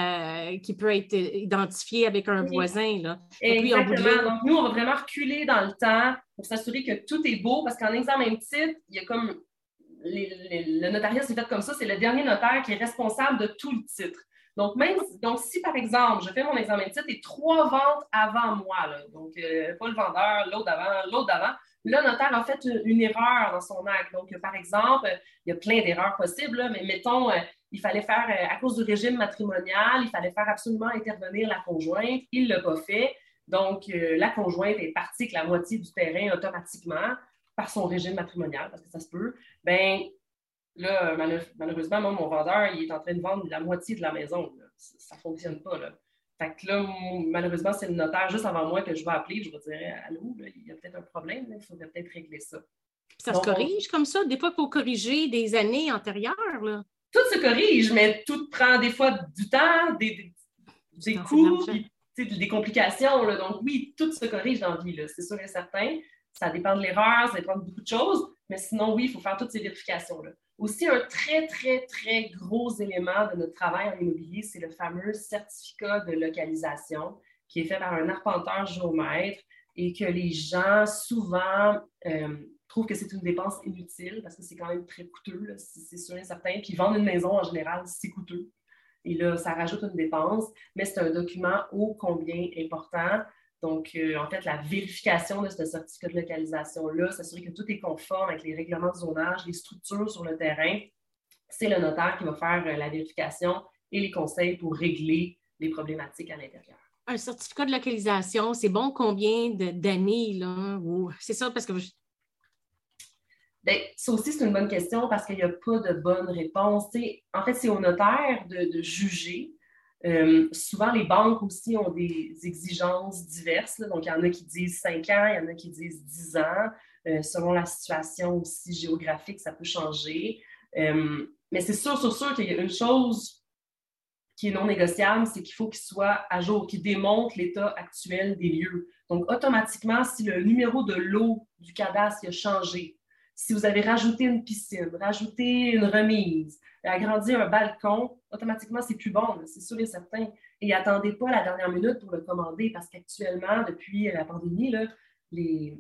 Speaker 2: Qui peut être identifié avec un voisin. Là.
Speaker 4: Exactement. Donc, nous, on va vraiment reculer dans le temps pour s'assurer que tout est beau, parce qu'en examen de titre, il y a comme... le notariat, c'est fait comme ça, c'est le dernier notaire qui est responsable de tout le titre. Donc, si, par exemple, je fais mon examen de titre et 3 ventes avant moi, là, donc pas le vendeur, l'autre d'avant, le notaire a fait une erreur dans son acte. Donc, par exemple, il y a plein d'erreurs possibles, là, mais mettons... il fallait faire, à cause du régime matrimonial, il fallait faire absolument intervenir la conjointe. Il ne l'a pas fait. Donc, la conjointe est partie avec la moitié du terrain automatiquement par son régime matrimonial, parce que ça se peut. Bien, là, malheureusement, moi, mon vendeur, il est en train de vendre la moitié de la maison. Là. Ça ne fonctionne pas. Là. Fait que là, malheureusement, c'est le notaire juste avant moi que je vais appeler. Je vais dire « Allô, là, il y a peut-être un problème, il faudrait peut-être régler ça. »
Speaker 2: Ça se corrige comme ça? Des fois, il faut corriger des années antérieures, là.
Speaker 4: Tout se corrige, mais tout prend des fois du temps, des coûts, puis, des complications. Là. Donc oui, tout se corrige dans la vie, là, c'est sûr et certain. Ça dépend de l'erreur, ça dépend de beaucoup de choses, mais sinon, oui, il faut faire toutes ces vérifications-là. Aussi, un très, très, très gros élément de notre travail en immobilier, c'est le fameux certificat de localisation qui est fait par un arpenteur géomètre et que les gens, souvent, trouvent que c'est une dépense inutile parce que c'est quand même très coûteux, là, c'est sûr et certain. Puis vendre une maison, en général, c'est coûteux. Et là, ça rajoute une dépense, mais c'est un document ô combien important. Donc, en fait, la vérification de ce certificat de localisation-là, s'assurer que tout est conforme avec les règlements de zonage, les structures sur le terrain, c'est le notaire qui va faire la vérification et les conseils pour régler les problématiques à l'intérieur.
Speaker 2: Un certificat de localisation, c'est bon combien d'années, là? C'est ça, parce que...
Speaker 4: Bien, ça aussi, c'est une bonne question parce qu'il n'y a pas de bonne réponse. T'sais, en fait, c'est au notaire de juger. Souvent, les banques aussi ont des exigences diverses. Là. Donc, il y en a qui disent 5 ans, il y en a qui disent 10 ans. Selon la situation aussi géographique, ça peut changer. Mais c'est sûr qu'il y a une chose qui est non négociable, c'est qu'il faut qu'il soit à jour, qu'il démontre l'état actuel des lieux. Donc, automatiquement, si le numéro de lot du cadastre a changé, si vous avez rajouté une piscine, rajouté une remise, agrandi un balcon, automatiquement, c'est plus bon, là, c'est sûr et certain. Et attendez pas la dernière minute pour le commander parce qu'actuellement, depuis la pandémie, là, les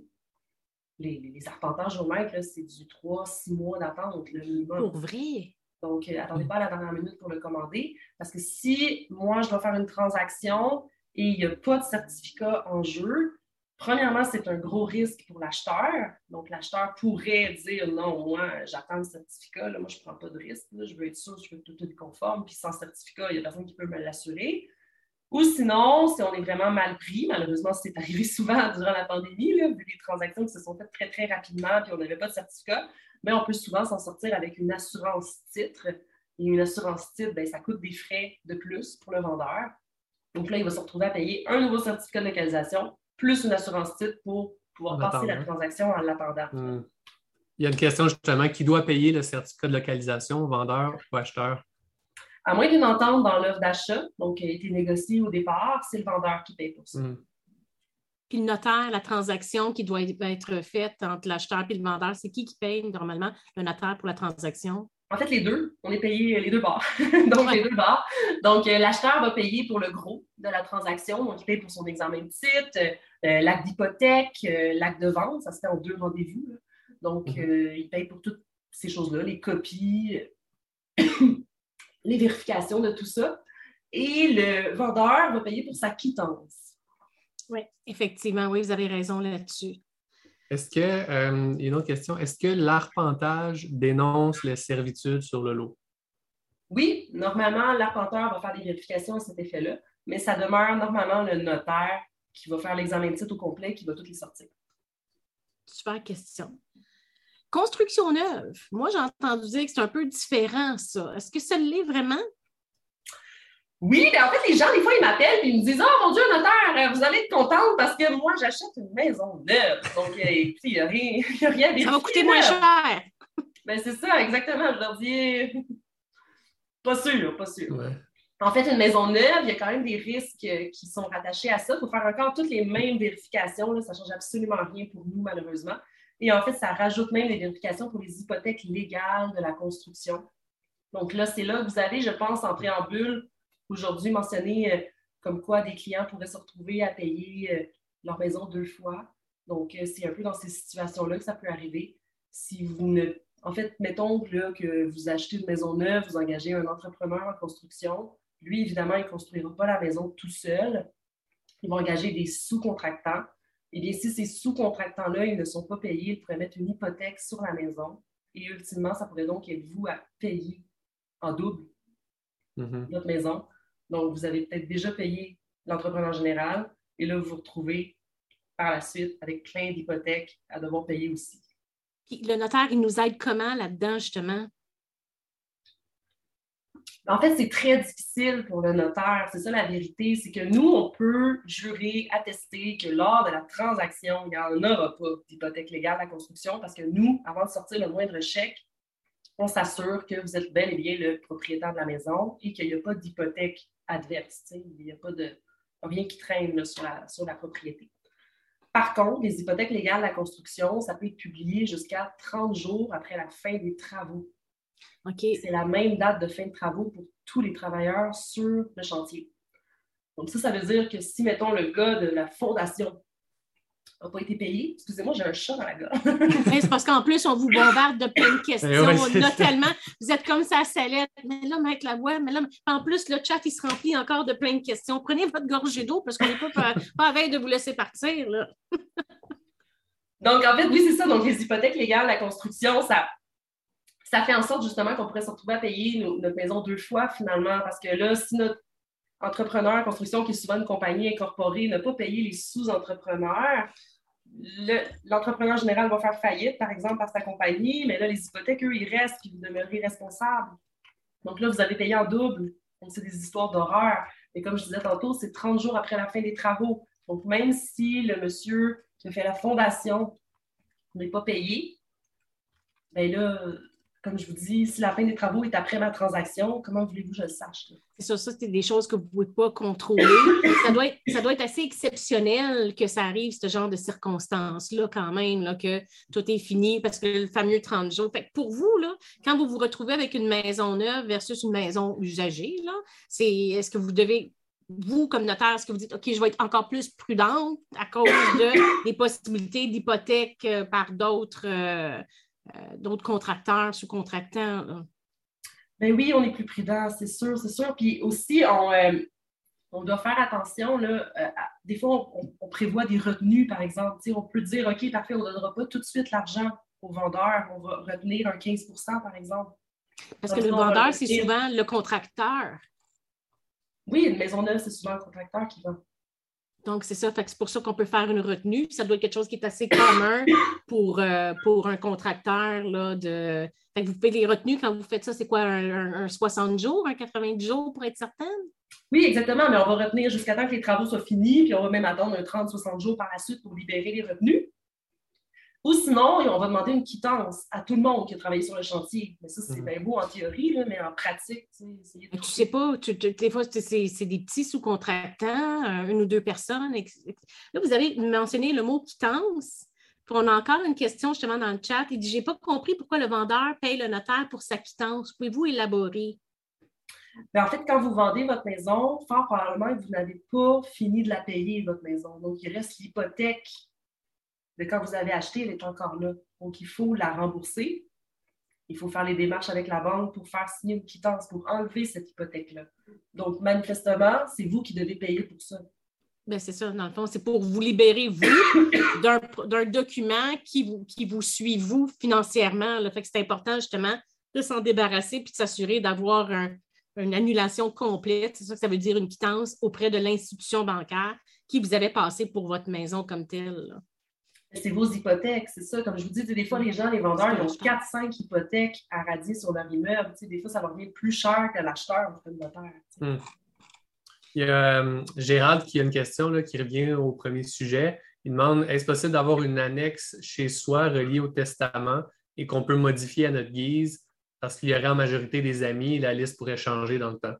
Speaker 4: arpenteurs géomètres, c'est du 3-6 mois d'attente, le minimum.
Speaker 2: Pour vrai?
Speaker 4: Donc, attendez pas à la dernière minute pour le commander parce que si moi, je dois faire une transaction et il n'y a pas de certificat en jeu, premièrement, c'est un gros risque pour l'acheteur. Donc, l'acheteur pourrait dire « Non, moi, j'attends le certificat. Là, moi, je ne prends pas de risque. Là, je veux être sûr, je veux que tout est conforme. Puis sans certificat, il n'y a personne qui peut me l'assurer. » Ou sinon, si on est vraiment mal pris, malheureusement, c'est arrivé souvent durant la pandémie, là, vu les transactions qui se sont faites très, très rapidement puis on n'avait pas de certificat, mais on peut souvent s'en sortir avec une assurance titre. Et une assurance titre, bien, ça coûte des frais de plus pour le vendeur. Donc là, il va se retrouver à payer un nouveau certificat de localisation plus une assurance titre pour pouvoir passer la transaction en l'attendant.
Speaker 3: Il y a une question justement, qui doit payer le certificat de localisation, vendeur ou acheteur?
Speaker 4: À moins d'une entente dans l'offre d'achat, donc qui a été négociée au départ, c'est le vendeur qui paye pour ça.
Speaker 2: Puis le notaire, la transaction qui doit être faite entre l'acheteur et le vendeur, c'est qui paye normalement le notaire pour la transaction?
Speaker 4: En fait, les deux. On est payé les deux bords. Donc, les deux bords. Donc, l'acheteur va payer pour le gros de la transaction. Donc, il paye pour son examen de titre, l'acte d'hypothèque, l'acte de vente. Ça se fait en 2 rendez-vous. Là. Donc, il paye pour toutes ces choses-là, les copies, les vérifications de tout ça. Et le vendeur va payer pour sa quittance.
Speaker 2: Oui, effectivement. Oui, vous avez raison là-dessus.
Speaker 3: Est-ce que, une autre question, est-ce que l'arpentage dénonce les servitudes sur le lot?
Speaker 4: Oui, normalement, l'arpenteur va faire des vérifications à cet effet-là, mais ça demeure normalement le notaire qui va faire l'examen de titre au complet, qui va toutes les sortir.
Speaker 2: Super question. Construction neuve. Moi, j'ai entendu dire que c'est un peu différent, ça. Est-ce que ça l'est vraiment?
Speaker 4: Oui, mais en fait, les gens, des fois, ils m'appellent et ils me disent « Oh mon Dieu, notaire, vous allez être contente parce que moi, j'achète une maison neuve. » Donc, il n'y a rien à vérifier.
Speaker 2: Ça va coûter moins cher.
Speaker 4: Ben, c'est ça, exactement. Je leur dis « Pas sûr, pas sûr.
Speaker 3: Ouais. »
Speaker 4: En fait, une maison neuve, il y a quand même des risques qui sont rattachés à ça. Il faut faire encore toutes les mêmes vérifications. Là. Ça ne change absolument rien pour nous, malheureusement. Et en fait, ça rajoute même les vérifications pour les hypothèques légales de la construction. Donc là, c'est là que vous avez, je pense, en préambule, aujourd'hui mentionné comme quoi des clients pourraient se retrouver à payer leur maison 2 fois. Donc, c'est un peu dans ces situations-là que ça peut arriver. Si vous ne... En fait, mettons là, que vous achetez une maison neuve, vous engagez un entrepreneur en construction. Lui, évidemment, il ne construira pas la maison tout seul. Il va engager des sous-contractants. Eh bien, si ces sous-contractants-là, ils ne sont pas payés, ils pourraient mettre une hypothèque sur la maison. Et ultimement, ça pourrait donc être vous à payer en double votre maison. Donc, vous avez peut-être déjà payé l'entrepreneur général et là, vous vous retrouvez par la suite avec plein d'hypothèques à devoir payer aussi.
Speaker 2: Puis le notaire, il nous aide comment là-dedans, justement?
Speaker 4: En fait, c'est très difficile pour le notaire. C'est ça la vérité. C'est que nous, on peut jurer, attester que lors de la transaction, il n'y en aura pas d'hypothèque légale à la construction parce que nous, avant de sortir le moindre chèque, on s'assure que vous êtes bel et bien le propriétaire de la maison et qu'il n'y a pas d'hypothèque adverse. Il n'y a pas de rien qui traîne là, sur la propriété. Par contre, les hypothèques légales à la construction, ça peut être publié jusqu'à 30 jours après la fin des travaux.
Speaker 2: Okay.
Speaker 4: C'est la même date de fin de travaux pour tous les travailleurs sur le chantier. Donc ça veut dire que si, mettons, le gars de la fondation n'a pas été payé, excusez-moi, j'ai un chat dans la gorge.
Speaker 2: C'est parce qu'en plus, on vous bombarde de plein de questions, tellement. Vous êtes comme ça, Salette. Mais là, Maître Lavoie, mais là, en plus, le chat, il se remplit encore de plein de questions. Prenez votre gorgée d'eau parce qu'on n'est pas à veille de vous laisser partir, là.
Speaker 4: Donc, en fait, oui, c'est ça. Donc, les hypothèques légales à la construction, ça fait en sorte justement qu'on pourrait se retrouver à payer notre maison 2 fois finalement, parce que là, si notre entrepreneur en construction, qui est souvent une compagnie incorporée, n'a pas payé les sous-entrepreneurs, l'entrepreneur général va faire faillite, par exemple, par sa compagnie, mais là, les hypothèques, eux, ils restent, puis vous demeurez responsable. Donc là, vous avez payé en double. Donc, c'est des histoires d'horreur. Et comme je disais tantôt, c'est 30 jours après la fin des travaux. Donc, même si le monsieur qui a fait la fondation n'est pas payé, bien là, comme je vous dis, si la fin des travaux est après ma transaction, comment voulez-vous que je le sache?
Speaker 2: C'est ça, c'est des choses que vous ne pouvez pas contrôler. Ça doit être assez exceptionnel que ça arrive, ce genre de circonstances-là, quand même, là, que tout est fini, parce que le fameux 30 jours. Fait que pour vous, là, quand vous vous retrouvez avec une maison neuve versus une maison usagée, là, est-ce que vous devez, vous, comme notaire, est-ce que vous dites, OK, je vais être encore plus prudente à cause des possibilités d'hypothèque par d'autres contracteurs, sous-contractants? Là?
Speaker 4: Ben oui, on est plus prudent, c'est sûr, c'est sûr. Puis aussi, on doit faire attention. Là, des fois, on prévoit des retenues, par exemple. T'sais, on peut dire, OK, parfait, on ne donnera pas tout de suite l'argent au vendeur. On va retenir un 15 % par exemple.
Speaker 2: Parce que le vendeur, c'est souvent le contracteur.
Speaker 4: Oui, une maison neuve, c'est souvent le contracteur qui vend.
Speaker 2: Donc, c'est ça. Fait que c'est pour ça qu'on peut faire une retenue. Ça doit être quelque chose qui est assez commun pour un contracteur. Là, Fait que vous payez les retenues quand vous faites ça. C'est quoi, un 60 jours, un 90 jours pour être certaine?
Speaker 4: Oui, exactement. Mais on va retenir jusqu'à temps que les travaux soient finis, puis on va même attendre un 30-60 jours par la suite pour libérer les retenues. Ou sinon, on va demander une quittance à tout le monde qui a travaillé sur le chantier. Mais ça, c'est bien beau en théorie, là, mais en pratique, tu
Speaker 2: sais pas, des fois, c'est des petits sous-contractants, 1 ou 2 personnes. Là, vous avez mentionné le mot quittance. Puis on a encore une question justement dans le chat. Il dit, j'ai pas compris pourquoi le vendeur paye le notaire pour sa quittance. Pouvez-vous élaborer?
Speaker 4: Bien, en fait, quand vous vendez votre maison, fort probablement que vous n'avez pas fini de la payer, votre maison. Donc, il reste l'hypothèque de quand vous avez acheté, elle est encore là. Donc, il faut la rembourser. Il faut faire les démarches avec la banque pour faire signer une quittance, pour enlever cette hypothèque-là. Donc, manifestement, c'est vous qui devez payer pour ça.
Speaker 2: Bien, c'est ça, dans le fond, c'est pour vous libérer, vous, d'un document qui vous suit, vous, financièrement. Là. Fait que c'est important, justement, de s'en débarrasser puis de s'assurer d'avoir une annulation complète. C'est ça que ça veut dire, une quittance auprès de l'institution bancaire qui vous avait passé pour votre maison comme telle. Là.
Speaker 4: C'est vos hypothèques, c'est ça. Comme je vous dis, des fois, les gens, les vendeurs, ils ont 4-5 hypothèques à radier sur leur immeuble. Des fois, ça va revenir plus cher que l'acheteur auprès de notaire.
Speaker 3: Il y a Gérald qui a une question là, qui revient au premier sujet. Il demande, est-ce possible d'avoir une annexe chez soi reliée au testament et qu'on peut modifier à notre guise parce qu'il y aurait en majorité des amis et la liste pourrait changer dans le temps?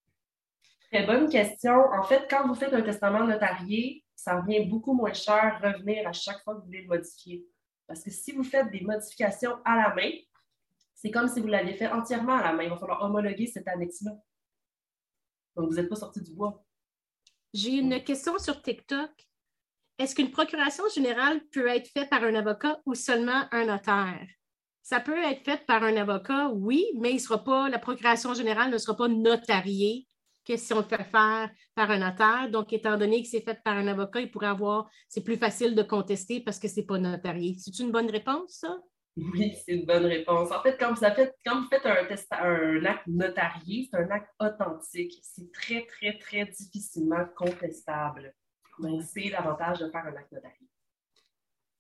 Speaker 4: Très bonne question. En fait, quand vous faites un testament notarié, ça revient beaucoup moins cher revenir à chaque fois que vous voulez le modifier. Parce que si vous faites des modifications à la main, c'est comme si vous l'aviez fait entièrement à la main. Il va falloir homologuer cette annexe-là. Donc, vous n'êtes pas sorti du bois.
Speaker 2: J'ai une question sur TikTok. Est-ce qu'une procuration générale peut être faite par un avocat ou seulement un notaire? Ça peut être fait par un avocat, oui, mais la procuration générale ne sera pas notariée que si on le fait faire par un notaire. Donc, étant donné que c'est fait par un avocat, c'est plus facile de contester parce que ce n'est pas notarié. C'est une bonne réponse, ça?
Speaker 4: Oui, c'est une bonne réponse. En fait, quand vous faites un acte notarié, c'est un acte authentique. C'est très, très, très difficilement contestable. Donc, c'est l'avantage de faire un acte notarié.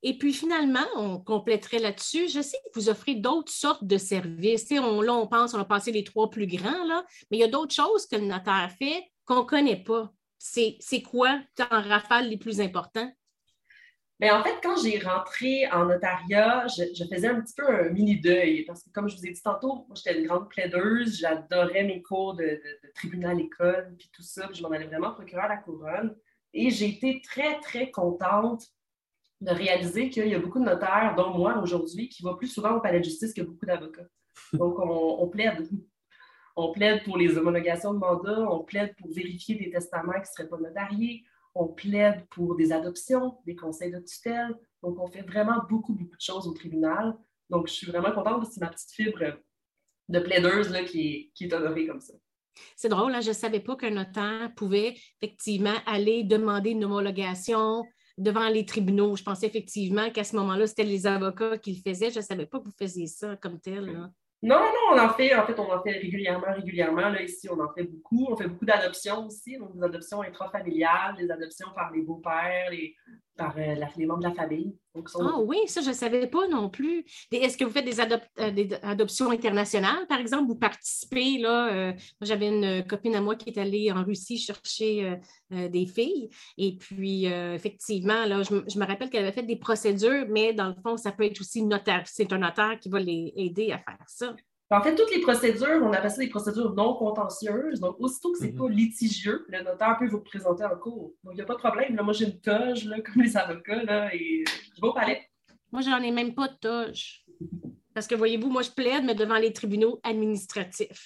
Speaker 2: Et puis finalement, on compléterait là-dessus. Je sais que vous offrez d'autres sortes de services. Là, on pense, on a passé les 3 plus grands, là, mais il y a d'autres choses que le notaire fait qu'on ne connaît pas. C'est quoi, en rafale, les plus importants?
Speaker 4: Bien, en fait, quand j'ai rentré en notariat, je faisais un petit peu un mini-deuil parce que, comme je vous ai dit tantôt, moi, j'étais une grande plaideuse. J'adorais mes cours de tribunal-école puis tout ça. Puis je m'en allais vraiment procureur à la couronne. Et j'ai été très, très contente de réaliser qu'il y a beaucoup de notaires, dont moi aujourd'hui, qui vont plus souvent au palais de justice que beaucoup d'avocats. Donc, on plaide. On plaide pour les homologations de mandat, on plaide pour vérifier des testaments qui ne seraient pas notariés, on plaide pour des adoptions, des conseils de tutelle. Donc, on fait vraiment beaucoup, beaucoup de choses au tribunal. Donc, je suis vraiment contente parce que c'est ma petite fibre de plaideuse là, qui est honorée comme ça.
Speaker 2: C'est drôle, hein? Je ne savais pas qu'un notaire pouvait effectivement aller demander une homologation devant les tribunaux. Je pensais effectivement qu'à ce moment-là, c'était les avocats qui le faisaient. Je ne savais pas que vous faisiez ça comme tel. Là.
Speaker 4: Non, on en fait régulièrement. Là, ici, on en fait beaucoup. On fait beaucoup d'adoptions aussi, donc des adoptions intrafamiliales, des adoptions par les beaux-pères, par les membres de la famille.
Speaker 2: Oui, ça, je ne savais pas non plus. Est-ce que vous faites des adoptions internationales, par exemple? Vous participez, là, moi, j'avais une copine à moi qui est allée en Russie chercher des filles. Et puis, effectivement, là, je me rappelle qu'elle avait fait des procédures, mais dans le fond, ça peut être aussi notaire. C'est un notaire qui va les aider à faire ça.
Speaker 4: En fait, toutes les procédures, on appelle ça des procédures non contentieuses. Donc, aussitôt que ce n'est pas litigieux, le notaire peut vous présenter en cours. Donc, il n'y a pas de problème. Là, moi, j'ai une toge, là, comme les avocats, là, et je vais au palais.
Speaker 2: Moi, je n'en ai même pas de toge. Parce que, voyez-vous, moi, je plaide, mais devant les tribunaux administratifs.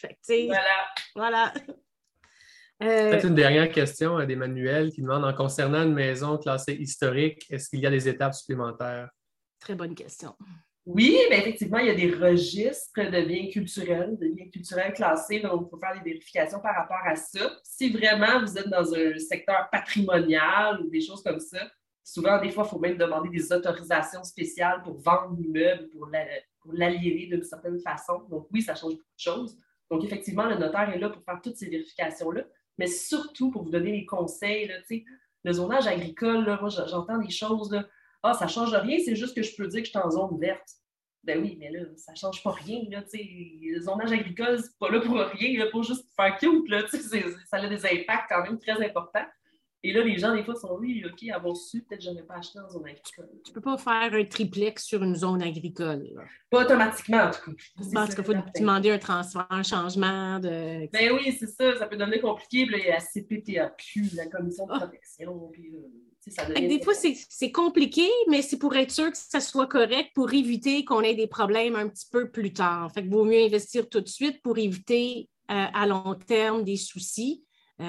Speaker 2: Voilà.
Speaker 3: Peut-être une dernière question d'Emmanuel qui demande, en concernant une maison classée historique, est-ce qu'il y a des étapes supplémentaires?
Speaker 2: Très bonne question.
Speaker 4: Oui, bien, effectivement, il y a des registres de biens culturels classés, donc il faut faire des vérifications par rapport à ça. Si vraiment vous êtes dans un secteur patrimonial ou des choses comme ça, souvent, des fois, il faut même demander des autorisations spéciales pour vendre l'immeuble, pour l'aliéner d'une certaine façon. Donc oui, ça change beaucoup de choses. Donc effectivement, le notaire est là pour faire toutes ces vérifications-là, mais surtout pour vous donner des conseils. Là, le zonage agricole, là, moi, j'entends des choses, là, ça ne change rien, c'est juste que je peux dire que je suis en zone verte. Ben oui, mais là, ça ne change pas rien. Là, le zonage agricole, c'est pas là pour rien, là, pas juste pour faire cute. Là, ça a des impacts quand même très importants. Et là, les gens, des fois, sont oui, OK, avoir su, peut-être que je n'aurais pas acheté en zone agricole.
Speaker 2: Tu ne peux pas faire un triplex sur une zone agricole. Là.
Speaker 4: Pas automatiquement, en tout cas.
Speaker 2: Parce qu'il faut demander un transfert, un changement de...
Speaker 4: Ben oui, c'est ça. Ça peut devenir compliqué. Puis là, il y a la CPTAQ, la Commission de protection. Puis,
Speaker 2: des fois, c'est compliqué, mais c'est pour être sûr que ça soit correct pour éviter qu'on ait des problèmes un petit peu plus tard. Fait qu'il vaut mieux investir tout de suite pour éviter à long terme des soucis.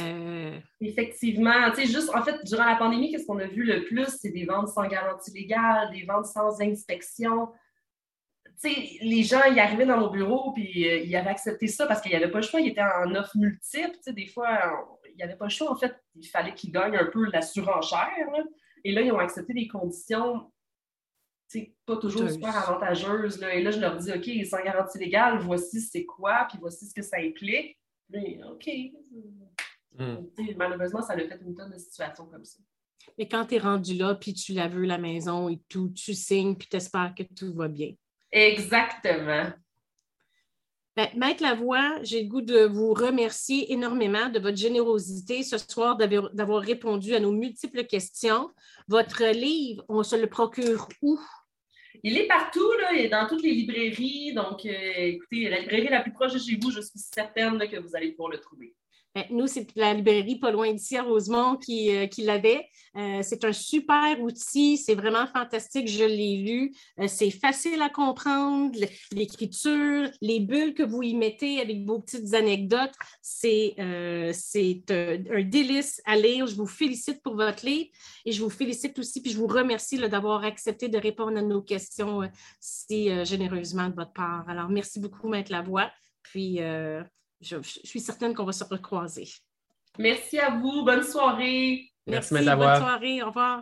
Speaker 4: Effectivement. Juste, en fait, durant la pandémie, qu'est-ce qu'on a vu le plus? C'est des ventes sans garantie légale, des ventes sans inspection. Les gens, ils arrivaient dans mon bureau puis ils avaient accepté ça parce qu'il n'y avait pas le choix. Ils étaient en offre multiple. Des fois, il n'y avait pas le choix. En fait, il fallait qu'ils gagnent un peu la surenchère. Là. Et là, ils ont accepté des conditions pas toujours super avantageuses. Là. Et là, je leur dis, OK, sans garantie légale, voici c'est quoi, puis voici ce que ça implique. Mais OK. Malheureusement, ça a fait une tonne de situations comme ça.
Speaker 2: Mais quand tu es rendu là, puis tu la veux, la maison et tout, tu signes, puis tu espères que tout va bien.
Speaker 4: Exactement.
Speaker 2: Maître Lavoie, j'ai le goût de vous remercier énormément de votre générosité ce soir, d'avoir répondu à nos multiples questions. Votre livre, on se le procure où?
Speaker 4: Il est partout, là, il est dans toutes les librairies. Donc, écoutez, la librairie la plus proche de chez vous, je suis certaine là, que vous allez pouvoir le trouver.
Speaker 2: Nous, c'est la librairie pas loin d'ici à Rosemont qui l'avait. C'est un super outil, c'est vraiment fantastique, je l'ai lu. C'est facile à comprendre, l'écriture, les bulles que vous y mettez avec vos petites anecdotes, c'est un délice à lire. Je vous félicite pour votre livre et je vous félicite aussi, puis je vous remercie là, d'avoir accepté de répondre à nos questions si généreusement de votre part. Alors, merci beaucoup, Maître Lavoie. Puis, je suis certaine qu'on va se recroiser.
Speaker 4: Merci à vous. Bonne soirée.
Speaker 3: Merci Maître Lavoie.
Speaker 2: Bonne soirée. Au revoir.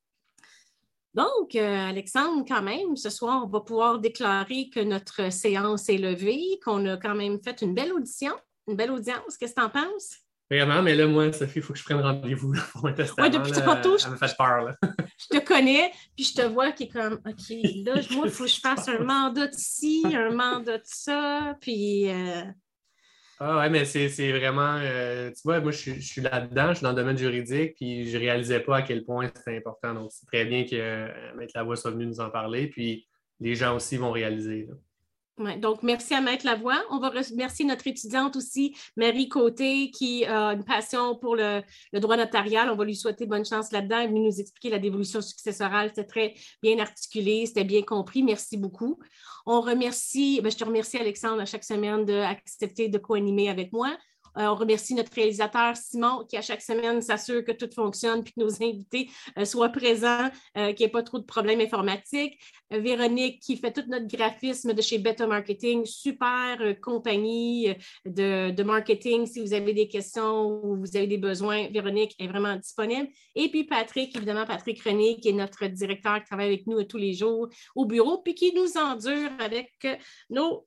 Speaker 2: Donc, Alexandre, quand même, ce soir, on va pouvoir déclarer que notre séance est levée, qu'on a quand même fait une belle audition, une belle audience. Qu'est-ce que tu en penses?
Speaker 3: Vraiment, mais là, moi, Sophie, il faut que je prenne rendez-vous là, pour un testament.
Speaker 2: Oui, depuis tantôt,
Speaker 3: elle me fait peur. Là.
Speaker 2: je te connais, puis je te vois qui est comme, OK, là, moi, il faut que je fasse un mandat de ci, un mandat de ça, puis...
Speaker 3: Ah ouais, mais c'est vraiment... tu vois, moi, je suis là-dedans, je suis dans le domaine juridique, puis je ne réalisais pas à quel point c'était important. Donc, c'est très bien que Maître Lavoie soit venu nous en parler, puis les gens aussi vont réaliser. Là.
Speaker 2: Ouais, donc, merci à Maître Lavoie. On va remercier notre étudiante aussi, Marie Côté, qui a une passion pour le droit notarial. On va lui souhaiter bonne chance là-dedans. Elle est venue nous expliquer la dévolution successorale. C'était très bien articulé, c'était bien compris. Merci beaucoup. On remercie, je te remercie, Alexandre, à chaque semaine d'accepter de co-animer avec moi. On remercie notre réalisateur Simon qui, à chaque semaine, s'assure que tout fonctionne et que nos invités soient présents, qu'il n'y ait pas trop de problèmes informatiques. Véronique qui fait tout notre graphisme de chez Beta Marketing, super compagnie de marketing. Si vous avez des questions ou vous avez des besoins, Véronique est vraiment disponible. Et puis Patrick, évidemment, Patrick René, qui est notre directeur qui travaille avec nous tous les jours au bureau puis qui nous endure avec nos...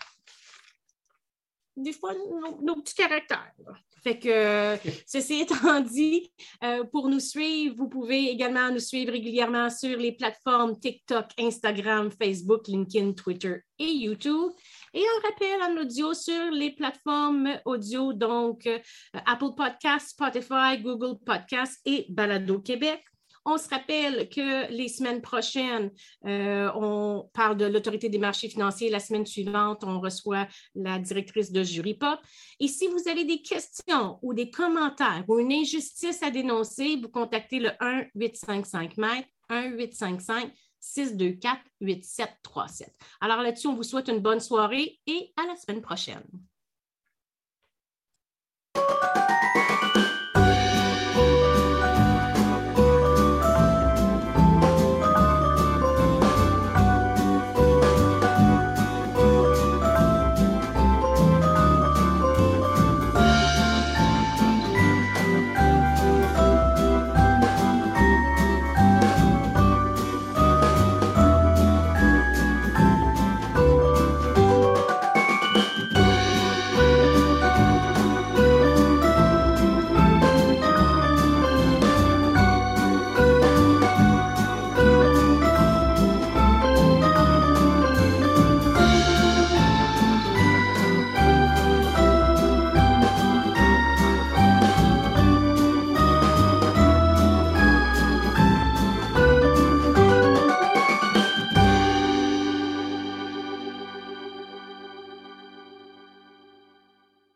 Speaker 2: des fois, nos petits caractères. Fait que, ceci étant dit, pour nous suivre, vous pouvez également nous suivre régulièrement sur les plateformes TikTok, Instagram, Facebook, LinkedIn, Twitter et YouTube. Et un rappel en audio sur les plateformes audio, donc Apple Podcasts, Spotify, Google Podcasts et Balado Québec. On se rappelle que les semaines prochaines, on parle de l'autorité des marchés financiers. La semaine suivante, on reçoit la directrice de Jury-Pop. Et si vous avez des questions ou des commentaires ou une injustice à dénoncer, vous contactez le 1-855-MAître, 1-855-624-8737. Alors là-dessus, on vous souhaite une bonne soirée et à la semaine prochaine.